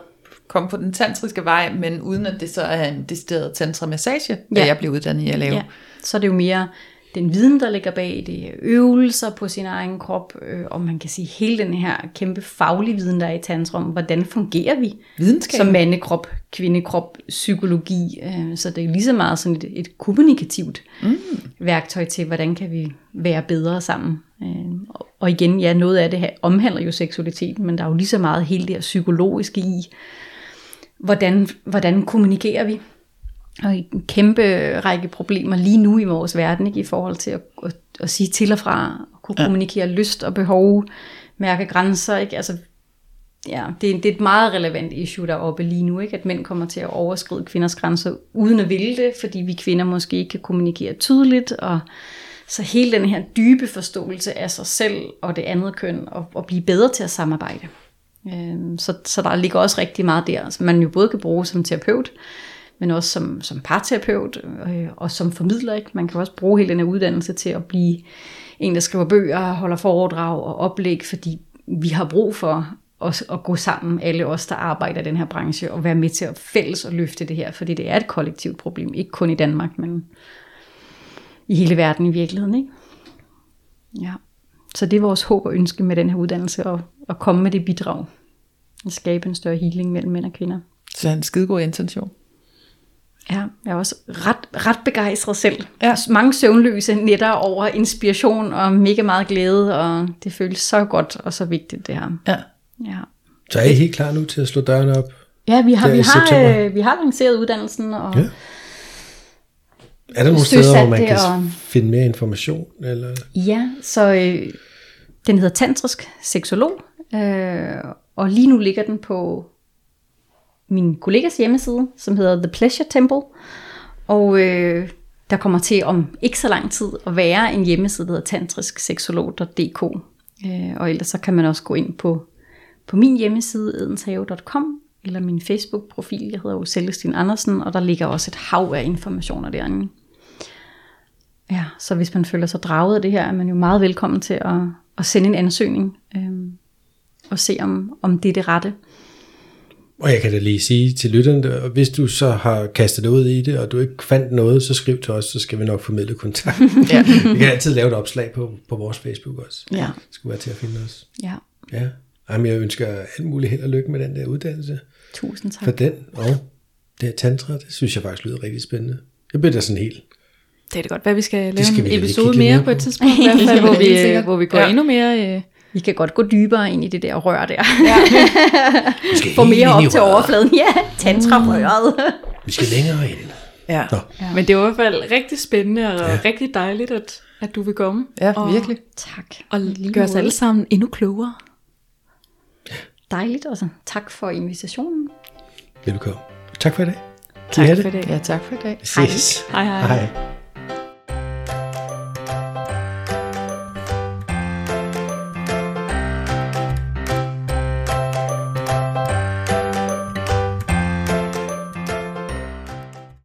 på den tantriske vej, men uden at det så er en decideret tantra-massage, da jeg blev uddannet i at lave. Ja. Så er det jo mere den viden, der ligger bag, det er øvelser på sin egen krop, og man kan sige hele den her kæmpe faglige viden, der er i tantra om, hvordan fungerer vi som mandekrop, kvindekrop, psykologi, så det er lige så meget sådan et kommunikativt værktøj til, hvordan kan vi være bedre sammen. Og igen, ja, noget af det her omhandler jo seksualiteten, men der er jo lige så meget hele det her psykologiske i, hvordan kommunikerer vi. Og en kæmpe række problemer lige nu i vores verden, ikke, i forhold til at sige til og fra, at kunne kommunikere lyst og behov, mærke grænser, ikke? Altså, ja, det er et meget relevant issue deroppe lige nu, ikke? At mænd kommer til at overskride kvinders grænser uden at ville det, fordi vi kvinder måske ikke kan kommunikere tydeligt, og så hele den her dybe forståelse af sig selv og det andet køn, og blive bedre til at samarbejde. Så der ligger også rigtig meget der, som man jo både kan bruge som terapeut, men også som parterapeut og som formidler. Ikke? Man kan også bruge hele den her uddannelse til at blive en, der skriver bøger, holder foredrag og oplæg, fordi vi har brug for at gå sammen, alle os, der arbejder i den her branche, og være med til at fælles og løfte det her, fordi det er et kollektivt problem, ikke kun i Danmark, men i hele verden i virkeligheden. Ikke? Ja. Så det er vores håb og ønske med den her uddannelse, at komme med det bidrag, at skabe en større healing mellem mænd og kvinder. Så en skidegod intention. Ja, jeg er også ret begejstret selv. Ja. Mange søvnløse nætter over inspiration og mega meget glæde, og det føles så godt og så vigtigt det her. Ja. Så er I helt klar nu til at slå døren op? Ja, vi har lanceret uddannelsen. Og er der nogle steder, hvor man kan finde mere information? Eller? Ja, så den hedder Tantrisk Seksolog, og lige nu ligger den på min kollegas hjemmeside, som hedder The Pleasure Temple, og der kommer til om ikke så lang tid at være en hjemmeside, der hedder tantriskseksolog.dk, og ellers så kan man også gå ind på min hjemmeside, edenshave.com, eller min Facebook-profil, jeg hedder jo Celestin Andersen, og der ligger også et hav af informationer derinde. Ja, så hvis man føler sig draget af det her, er man jo meget velkommen til at sende en ansøgning, og se om det er det rette. Og jeg kan da lige sige til lytterne, at hvis du så har kastet dig ud i det, og du ikke fandt noget, så skriv til os, så skal vi nok formidle kontakt. Ja. Vi kan altid lave et opslag på vores Facebook også. Ja. Det skulle være til at finde os. Ja. Jamen, jeg ønsker alt muligt held og lykke med den der uddannelse. Tusind tak. For den, og det her tantra, det synes jeg faktisk lyder rigtig spændende. Jeg bliver da sådan helt. Det er det godt, hvad vi skal lave en episode mere på et tidspunkt, i hvert fald, hvor vi går endnu mere. Vi kan godt gå dybere ind i det der rør der. Ja. Få mere op til overfladen. Ja, tantra-røret. Vi skal længere ind. Ja. Men det var i hvert fald rigtig spændende og rigtig dejligt, at du vil komme. Ja, virkelig. Tak. Og gøre os alle sammen endnu klogere. Dejligt også. Tak for invitationen. Velkommen. Tak for i dag. Tak for i dag. Ja, tak for i dag. Ses. Hej.